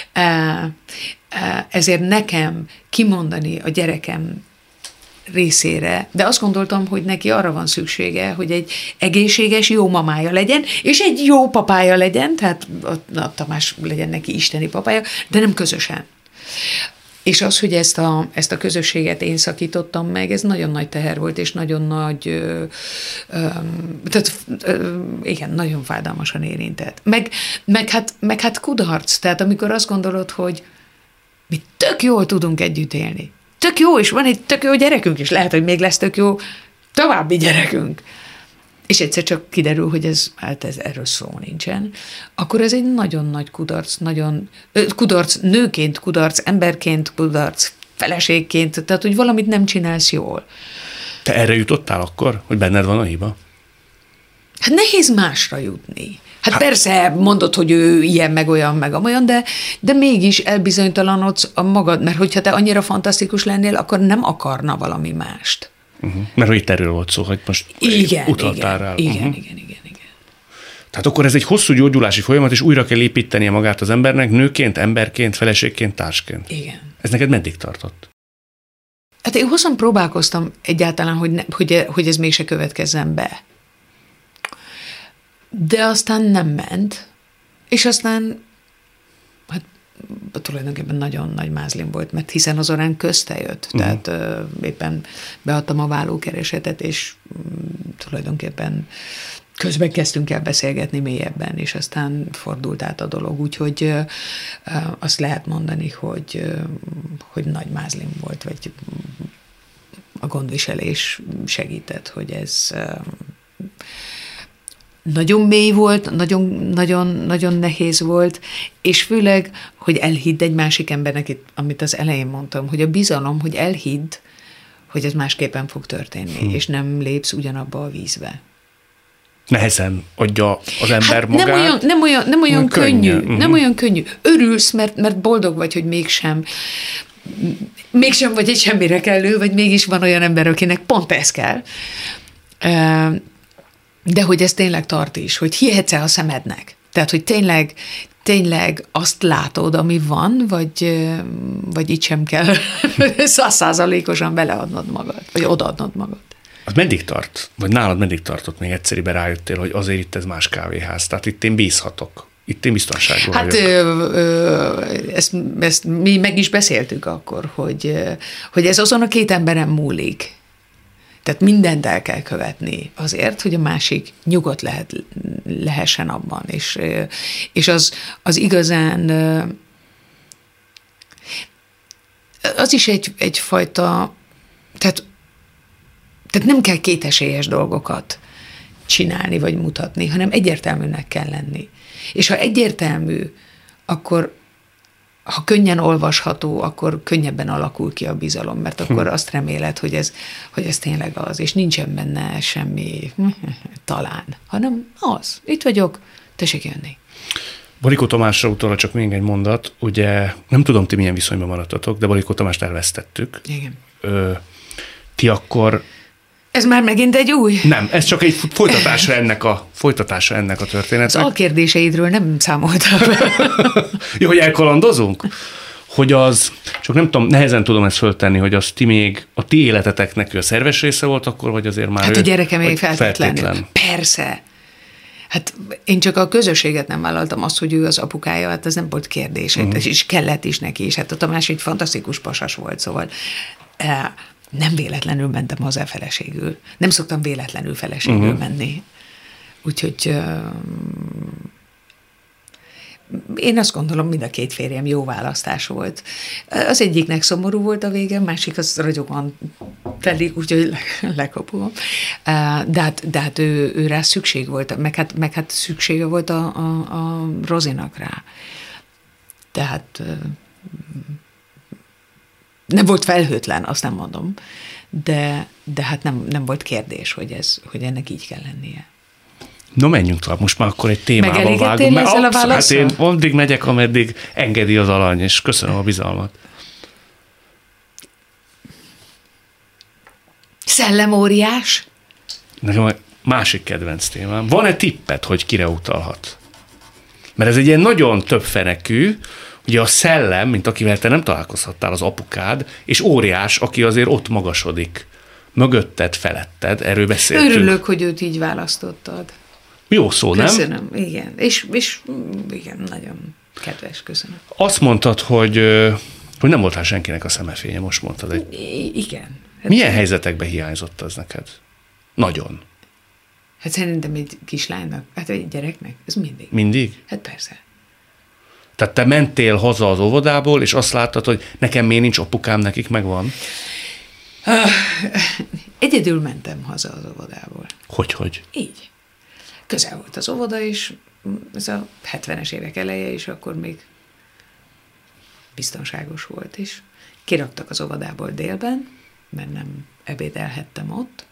ezért nekem kimondani a gyerekem részére, de azt gondoltam, hogy neki arra van szüksége, hogy egy egészséges, jó mamája legyen, és egy jó papája legyen, tehát a Tamás legyen neki isteni papája, de nem közösen. És az, hogy ezt a közösséget én szakítottam meg, ez nagyon nagy teher volt, és nagyon nagy, igen, nagyon fájdalmasan érintett. Meg hát kudarc, tehát amikor azt gondolod, hogy mi tök jól tudunk együtt élni, tök jó, és van egy tök jó gyerekünk is, lehet, hogy még lesz tök jó további gyerekünk. és egyszer csak kiderül, hogy ez erről szó nincsen, akkor ez egy nagyon nagy kudarc, kudarc nőként, kudarc emberként, kudarc feleségként, tehát hogy valamit nem csinálsz jól.
Te erre jutottál akkor, hogy benned van a hiba?
Hát nehéz másra jutni. Hát persze mondod, hogy ő ilyen, meg olyan, meg amolyan, de mégis elbizonytalanodsz a magad, mert hogyha te annyira fantasztikus lennél, akkor nem akarna valami mást.
Mert hogy itt erről volt szó, hogy most utaltál rá.
Igen.
Tehát akkor ez egy hosszú gyógyulási folyamat, és újra kell építenie magát az embernek, nőként, emberként, feleségként, társként.
Igen.
Ez neked meddig tartott?
Hát én hosszan próbálkoztam egyáltalán, hogy ez mégse következzen be. De aztán nem ment, és aztán hát tulajdonképpen nagyon nagy mázlim volt, mert hiszen az orán közte jött, tehát éppen beadtam a vállókeresetet, és tulajdonképpen közben kezdtünk el beszélgetni mélyebben, és aztán fordult át a dolog, úgyhogy azt lehet mondani, hogy nagy mázlim volt, vagy a gondviselés segített, hogy ez nagyon mély volt, nagyon nehéz volt, és főleg, hogy elhidd egy másik embernek, amit az elején mondtam, hogy a bizalom, hogy elhidd, hogy ez másképpen fog történni, és nem lépsz ugyanabba a vízbe. Nehezen
adja az ember magát.
Nem olyan könnyű. Nem olyan könnyű. Örülsz, mert boldog vagy, hogy mégsem vagy egy semmire kellő, vagy mégis van olyan ember, akinek pont ez kell. De hogy ez tényleg tart is, hogy hihetsz-e a szemednek. Tehát, hogy tényleg azt látod, ami van, vagy itt sem kell 100%-osan beleadnod magad, vagy odaadnod magad.
Az meddig tart? Vagy nálad meddig tartott, még egyszerűen rájöttél, hogy azért itt ez más kávéház, tehát itt én bízhatok, itt én biztonságban vagyok.
Ezt mi meg is beszéltük akkor, hogy ez azon a két emberen múlik. Tehát mindent el kell követni azért, hogy a másik nyugodt lehessen abban. És az igazán, az is egyfajta, tehát nem kell kétesélyes dolgokat csinálni vagy mutatni, hanem egyértelműnek kell lenni. És ha egyértelmű, akkor ha könnyen olvasható, akkor könnyebben alakul ki a bizalom, mert akkor azt reméled, hogy ez tényleg az, és nincsen benne semmi talán, hanem az. Itt vagyok, tessék jönni.
Balikó Tamásra utalva csak még egy mondat, ugye nem tudom, ti milyen viszonyban maradtatok, de Balikó Tamást elvesztettük.
Igen.
Ti akkor...
Ez már megint egy új?
Nem, ez csak egy folytatása ennek a történetnek.
Az alkérdéseidről nem számoltam be.
Jó, hogy elkalandozunk? Hogy az, csak nem tudom, nehezen tudom ezt föltenni, hogy az ti még a ti életeteknek a szerves része volt akkor, vagy azért már
hát a gyereke még feltétlenül. Persze. Hát én csak a közösséget nem vállaltam, azt, hogy ő az apukája, hát ez nem volt kérdés, és kellett is neki, és hát a Tamás egy fantasztikus pasas volt, szóval... Nem véletlenül mentem haza feleségül. Nem szoktam véletlenül feleségül menni. Úgyhogy én azt gondolom, mind a két férjem jó választás volt. Az egyiknek szomorú volt a vége, másik az ragyogóan telik, úgyhogy lekopogom. De hát ő rá szükség volt, meg hát szüksége volt a Rozinak rá. Tehát... nem volt felhőtlen, azt nem mondom, de hát nem volt kérdés, hogy ennek így kell lennie.
No, menjünk tovább, most már akkor egy témába vágom.
Ezzel a válaszol?
Hát én addig megyek, ameddig engedi az alany, és köszönöm a bizalmat.
Szellemóriás?
Nekem a másik kedvenc témám. Van-e tippet, hogy kire utalhat? Mert ez egy ilyen nagyon többfenekű, ugye a szellem, mint akivel te nem találkozhattál, az apukád, és óriás, aki azért ott magasodik. Mögötted, feletted, erről beszéltünk.
Örülök, hogy őt így választottad.
Jó szó, nem?
Köszönöm, igen. És igen, nagyon kedves, köszönöm.
Azt mondtad, hogy nem voltál senkinek a szemefénye, most mondtad.
Igen.
Hát milyen helyzetekben hiányzott az neked? Nagyon.
Hát szerintem egy kislánynak, hát egy gyereknek, ez mindig.
Mindig?
Hát persze.
Tehát te mentél haza az óvodából, és azt láttad, hogy nekem miért nincs apukám, nekik megvan?
Egyedül mentem haza az óvodából.
Hogy?
Így. Közel volt az óvoda, és ez a 70-es évek eleje, és akkor még biztonságos volt is. Kiraktak az óvodából délben, mert nem ebédelhettem ott.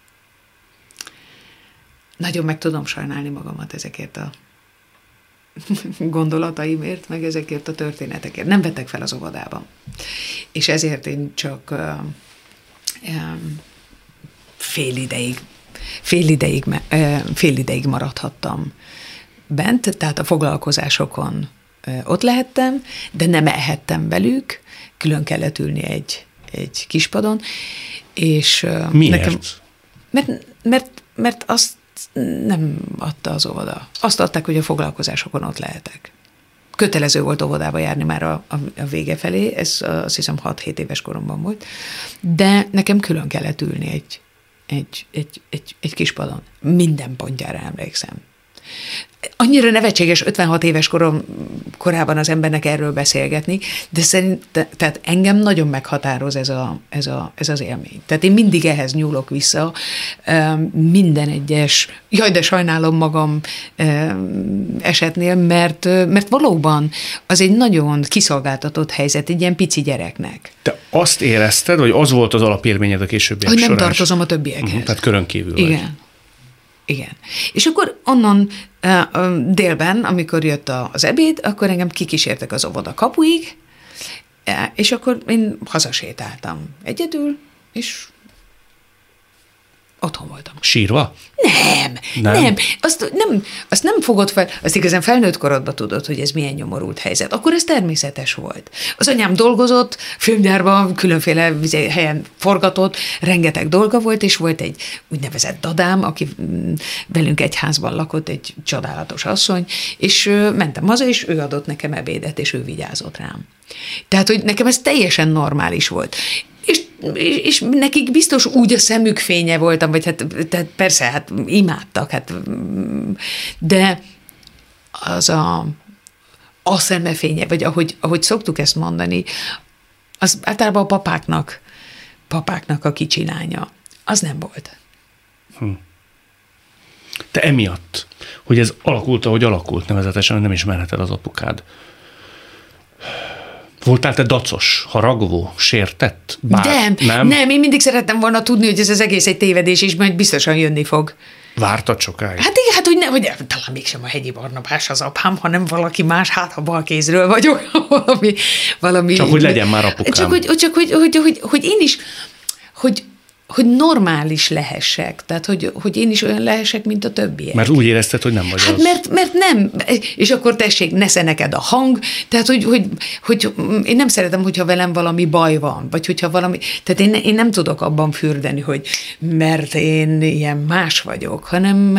Nagyon meg tudom sajnálni magamat ezekért a gondolataimért, meg ezekért a történetekért. Nem vettek fel az óvodában. És ezért én csak fél ideig maradhattam bent, tehát a foglalkozásokon ott lehettem, de nem ehettem velük, külön kellett ülni egy kispadon, és
miért?
Mert azt nem adta az óvoda. Azt adták, hogy a foglalkozásokon ott lehetek. Kötelező volt óvodába járni már a vége felé, ez azt hiszem 6-7 éves koromban volt, de nekem külön kellett ülni egy kispadon. Minden pontjára emlékszem. Annyira nevetséges 56 éves korában az embernek erről beszélgetni, de tehát engem nagyon meghatároz ez az élmény. Tehát én mindig ehhez nyúlok vissza, minden egyes, de sajnálom magam esetnél, mert valóban az egy nagyon kiszolgáltatott helyzet egy ilyen pici gyereknek.
Te azt érezted, vagy az volt az alapélményed a későbbiek során?
Hogy nem tartozom a többiekhez.
Tehát körön kívül
Igen.
vagy.
Igen. És akkor onnan délben, amikor jött az ebéd, akkor engem kikísértek az óvoda kapuig, és akkor én hazasétáltam egyedül, és otthon voltam.
Sírva?
Nem. Azt nem fogod fel, azt igazán felnőtt korodban tudod, hogy ez milyen nyomorult helyzet. Akkor ez természetes volt. Az anyám dolgozott, filmgyárban, különféle helyen forgatott, rengeteg dolga volt, és volt egy úgynevezett dadám, aki velünk egy házban lakott, egy csodálatos asszony, és mentem haza, és ő adott nekem ebédet, és ő vigyázott rám. Tehát, hogy nekem ez teljesen normális volt. És nekik biztos úgy a szemük fénye voltam, vagy tehát persze, hát imádtak, de az a szemefénye, vagy ahogy szoktuk ezt mondani, az általában a papáknak a kicsi lánya. Az nem volt.
Te emiatt, hogy ez alakult, ahogy alakult, nevezetesen, hogy nem ismerheted az apukád. Voltál te dacos, haragvó, sértett?
Nem, én mindig szerettem volna tudni, hogy ez az egész egy tévedés, és majd biztosan jönni fog.
Vártad sokáig?
Hát igen, hogy talán mégsem a Hegyi Barnabás az apám, hanem valaki más, hát ha balkézről vagyok, valami.
Csak hogy legyen már apukám.
Csak hogy én is, hogy normális lehessek, tehát hogy én is olyan lehessek, mint a többiek.
Mert úgy érezted, hogy nem vagy
hát
az.
Mert nem, és akkor tessék, nesze neked a hang, tehát hogy én nem szeretem, hogyha velem valami baj van, vagy hogyha valami, tehát én nem tudok abban fürdeni, hogy mert én ilyen más vagyok, hanem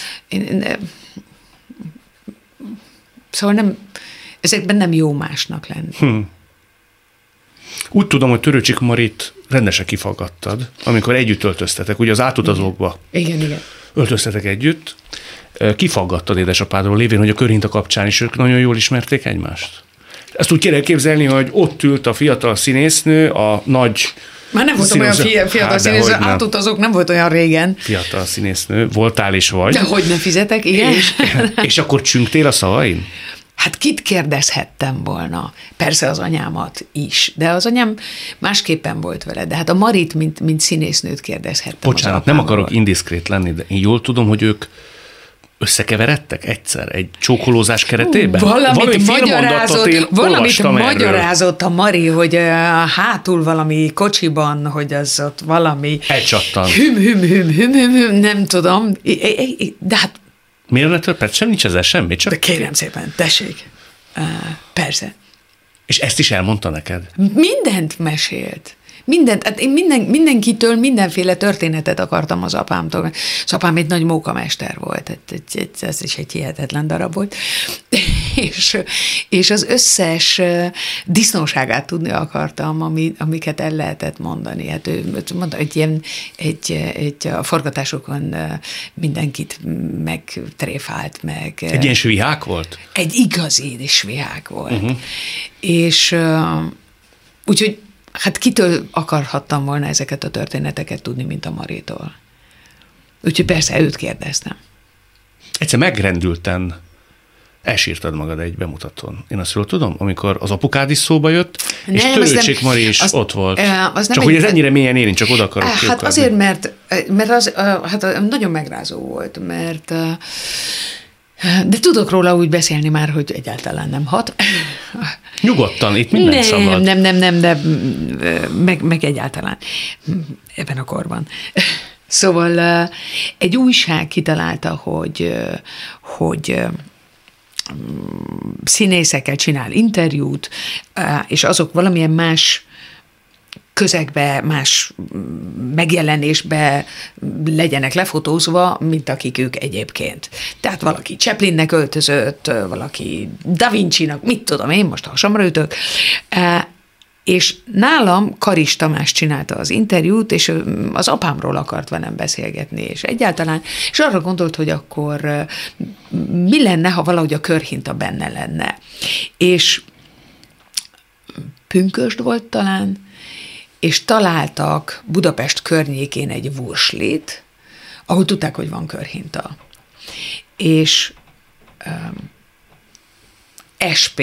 szóval nem, ezekben nem jó másnak lenni.
Úgy tudom, hogy Törőcsik Marit rendesen kifaggattad, amikor együtt öltöztetek, ugye az átutazókba.
Igen.
Öltöztetek együtt. Kifaggattad édesapádról lévén, hogy a Körhinta kapcsán is ők nagyon jól ismerték egymást? Ezt úgy kéne képzelni, hogy ott ült a fiatal színésznő, a nagy...
Már nem voltam olyan fiatal színésznő, átutazók nem volt olyan régen.
Fiatal színésznő, voltál és vagy.
De hogy nem fizetek, igen.
És akkor csüngtél a szavain?
Hát kit kérdezhettem volna? Persze az anyámat is, de az anyám másképpen volt vele. De hát a Marit, mint színésznőt kérdezhettem.
Bocsánat, nem akarok indiszkrét lenni, de én jól tudom, hogy ők összekeveredtek egyszer egy csókolózás keretében?
Valamit magyarázott a Mari, hogy hátul valami kocsiban, hogy az ott valami...
Elcsattan.
Nem tudom. De hát...
Miért ne törped? Sem nincs ezzel semmi, csak...
De kérem szépen, tessék. Persze.
És ezt is elmondta neked?
Mindent mesélt. Hát én mindenkitől mindenféle történetet akartam az apámtól. Az apám egy nagy mókamester volt, ez is egy hihetetlen darab volt, és az összes disznóságát tudni akartam, amiket el lehetett mondani. Hát ő mondta, a forgatásokon mindenkit megtréfált meg.
Egy ilyen svihák volt?
Egy igazi svihák volt. És úgyhogy Hát kitől akarhattam volna ezeket a történeteket tudni, mint a Maritól. Úgyhogy persze őt kérdeztem.
Egyszer megrendülten elsírtad magad egy bemutatón. Én azt jól tudom, amikor az apukád is szóba jött, és Törőcsik Mari is ott volt. Csak hogy ez ennyire mélyen érint, csak oda akarok kiukadni.
Hát azért, mert az nagyon megrázó volt, mert de tudok róla úgy beszélni már, hogy egyáltalán nem hat.
Nyugodtan, itt minden szabad.
Nem, de meg egyáltalán ebben a korban. Szóval egy újság kitalálta, hogy színészekkel csinál interjút, és azok valamilyen más közegbe, más megjelenésbe legyenek lefotózva, mint akik ők egyébként. Tehát valaki Chaplinnek öltözött, valaki Da Vinci-nak, mit tudom én, most hasamra ütök, és nálam Karis Tamás csinálta az interjút, és az apámról akart velem beszélgetni, és egyáltalán, és arra gondolt, hogy akkor mi lenne, ha valahogy a körhinta benne lenne. És pünkösd volt talán, és találtak Budapest környékén egy vurslit, ahol tudták, hogy van körhinta. És SP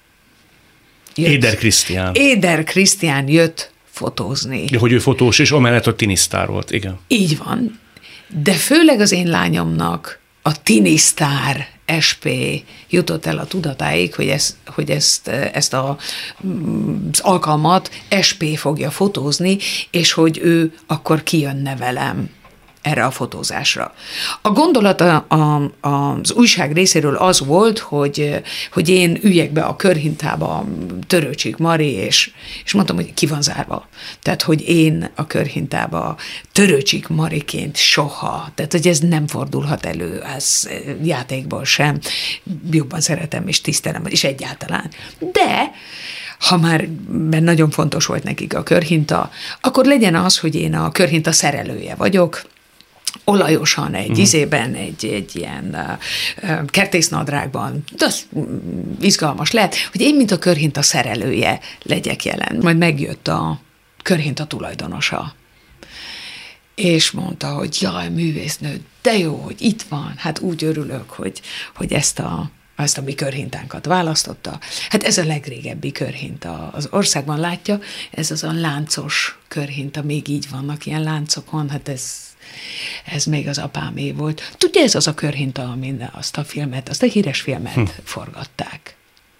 Éder Krisztián jött fotózni.
Ja, hogy ő fotós, és amellett, hogy tinisztár volt, igen.
Így van. De főleg az én lányomnak a tinisztár SP jutott el a tudatáig, hogy ezt az alkalmat SP fogja fotózni, és hogy ő akkor kijönne velem erre a fotózásra. A gondolat az újság részéről az volt, hogy én üljek be a körhintába, Törőcsik Mari, és mondtam, hogy ki van zárva. Tehát, hogy én a körhintába Törőcsik Mariként soha. Tehát, hogy ez nem fordulhat elő, ez játékból sem. Jobban szeretem és tisztelem, és egyáltalán. De ha már nagyon fontos volt nekik a körhinta, akkor legyen az, hogy én a körhinta szerelője vagyok, olajosan, egy izében, egy ilyen kertésznadrágban, de az izgalmas lehet, hogy én, mint a körhinta szerelője legyek jelen. Majd megjött a körhinta tulajdonosa, és mondta, hogy jaj, művésznő, de jó, hogy itt van, hát úgy örülök, hogy ezt a mi körhintánkat választotta. Hát ez a legrégebbi körhinta az országban, látja, ez az a láncos körhinta, még így vannak ilyen láncokon, hát ez még az apámé volt. Tudja, ez az a körhinta, amin azt a híres filmet forgatták.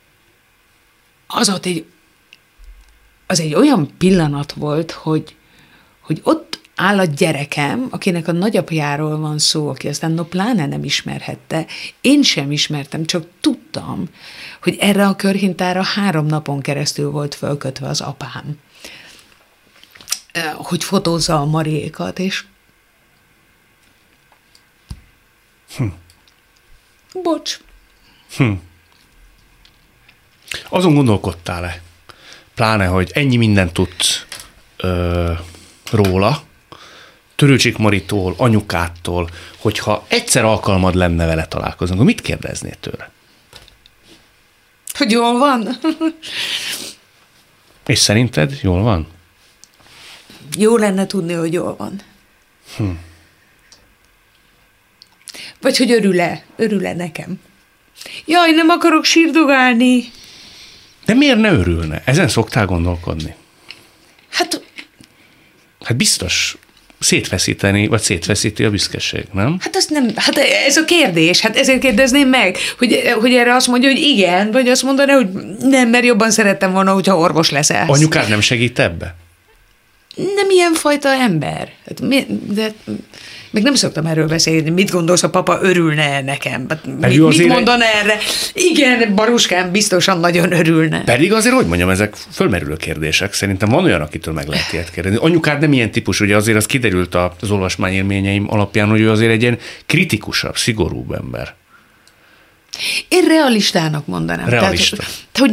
Az egy olyan pillanat volt, hogy ott áll a gyerekem, akinek a nagyapjáról van szó, aki aztán pláne nem ismerhette. Én sem ismertem, csak tudtam, hogy erre a körhintára 3 napon keresztül volt fölkötve az apám, hogy fotózza a Mariékat, és bocs.
Azon gondolkodtál-e? Pláne, hogy ennyi mindent tudsz róla, Törőcsik Maritól, anyukától, hogyha egyszer alkalmad lenne vele találkozni, akkor mit kérdeznél tőle?
Hogy jól van?
És szerinted jól van?
Jó lenne tudni, hogy jól van. Vagy hogy örül-e nekem. Jaj, nem akarok sírdogálni.
De miért ne örülne? Ezen szoktál gondolkodni? Hát biztos szétfeszíti a büszkeség, nem?
Hát ez a kérdés, hát ezért kérdezném meg, hogy erre azt mondja, hogy igen, vagy azt mondaná, hogy nem, mert jobban szerettem volna, hogyha orvos leszel.
Anyukád nem segít ebbe?
Nem ilyen fajta ember. De meg nem szoktam erről beszélni. Mit gondolsz, a papa örülne nekem? Mit mondaná erre? Igen, Baruskám biztosan nagyon örülne.
Pedig azért, hogy mondjam, ezek fölmerülő kérdések. Szerintem van olyan, akitől meg lehet ilyet kérdezni. Anyukád nem ilyen típus, ugye azért az kiderült az olvasmányélményeim alapján, hogy ő azért egy ilyen kritikusabb, szigorúbb ember.
Én realistának mondanám.
Realista.
Tehát,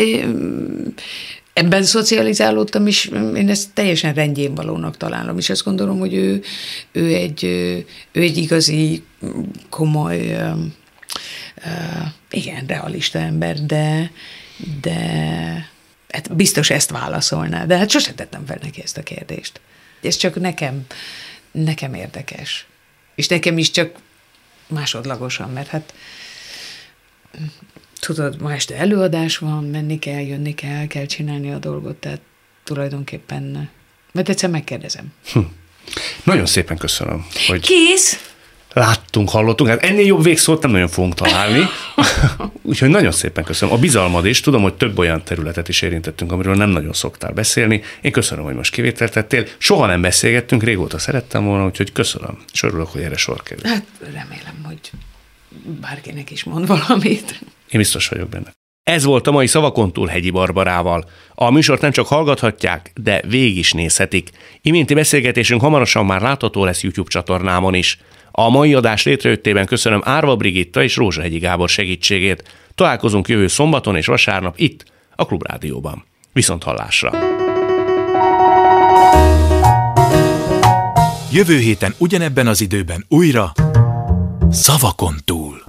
ebben szocializálódtam, és én ezt teljesen rendjén valónak találom, és azt gondolom, hogy ő egy igazi, komoly, igen, realista ember, de Hát biztos ezt válaszolná, de hát sosem tettem fel neki ezt a kérdést. Ez csak nekem érdekes. És nekem is csak másodlagosan, mert hát tudod, ma este előadás van, menni kell, jönni kell csinálni a dolgot, tehát tulajdonképpen, mert egyszer megkérdezem.
Nagyon szépen köszönöm, hogy
Kész!
láttunk, hallottunk. Hát ennél jobb végszót nem nagyon fogunk találni. Úgyhogy nagyon szépen köszönöm. A bizalmad is, tudom, hogy több olyan területet is érintettünk, amiről nem nagyon szoktál beszélni. Én köszönöm, hogy most kivételt tettél. Soha nem beszélgettünk, régóta szerettem volna, úgyhogy köszönöm. És örülök, hogy erre sor kerül.
Hát remélem, hogy bárkinek is mond valamit.
Én biztos vagyok benne. Ez volt a mai Szavakon túl Hegyi Barbarával. A műsort nem csak hallgathatják, de végig is nézhetik. Iménti beszélgetésünk hamarosan már látható lesz YouTube csatornámon is. A mai adás létrejöttében köszönöm Árva Brigitta és Rózsahegyi Gábor segítségét. Találkozunk jövő szombaton és vasárnap itt, a Klubrádióban. Viszonthallásra!
Jövő héten ugyanebben az időben újra Szavakon túl.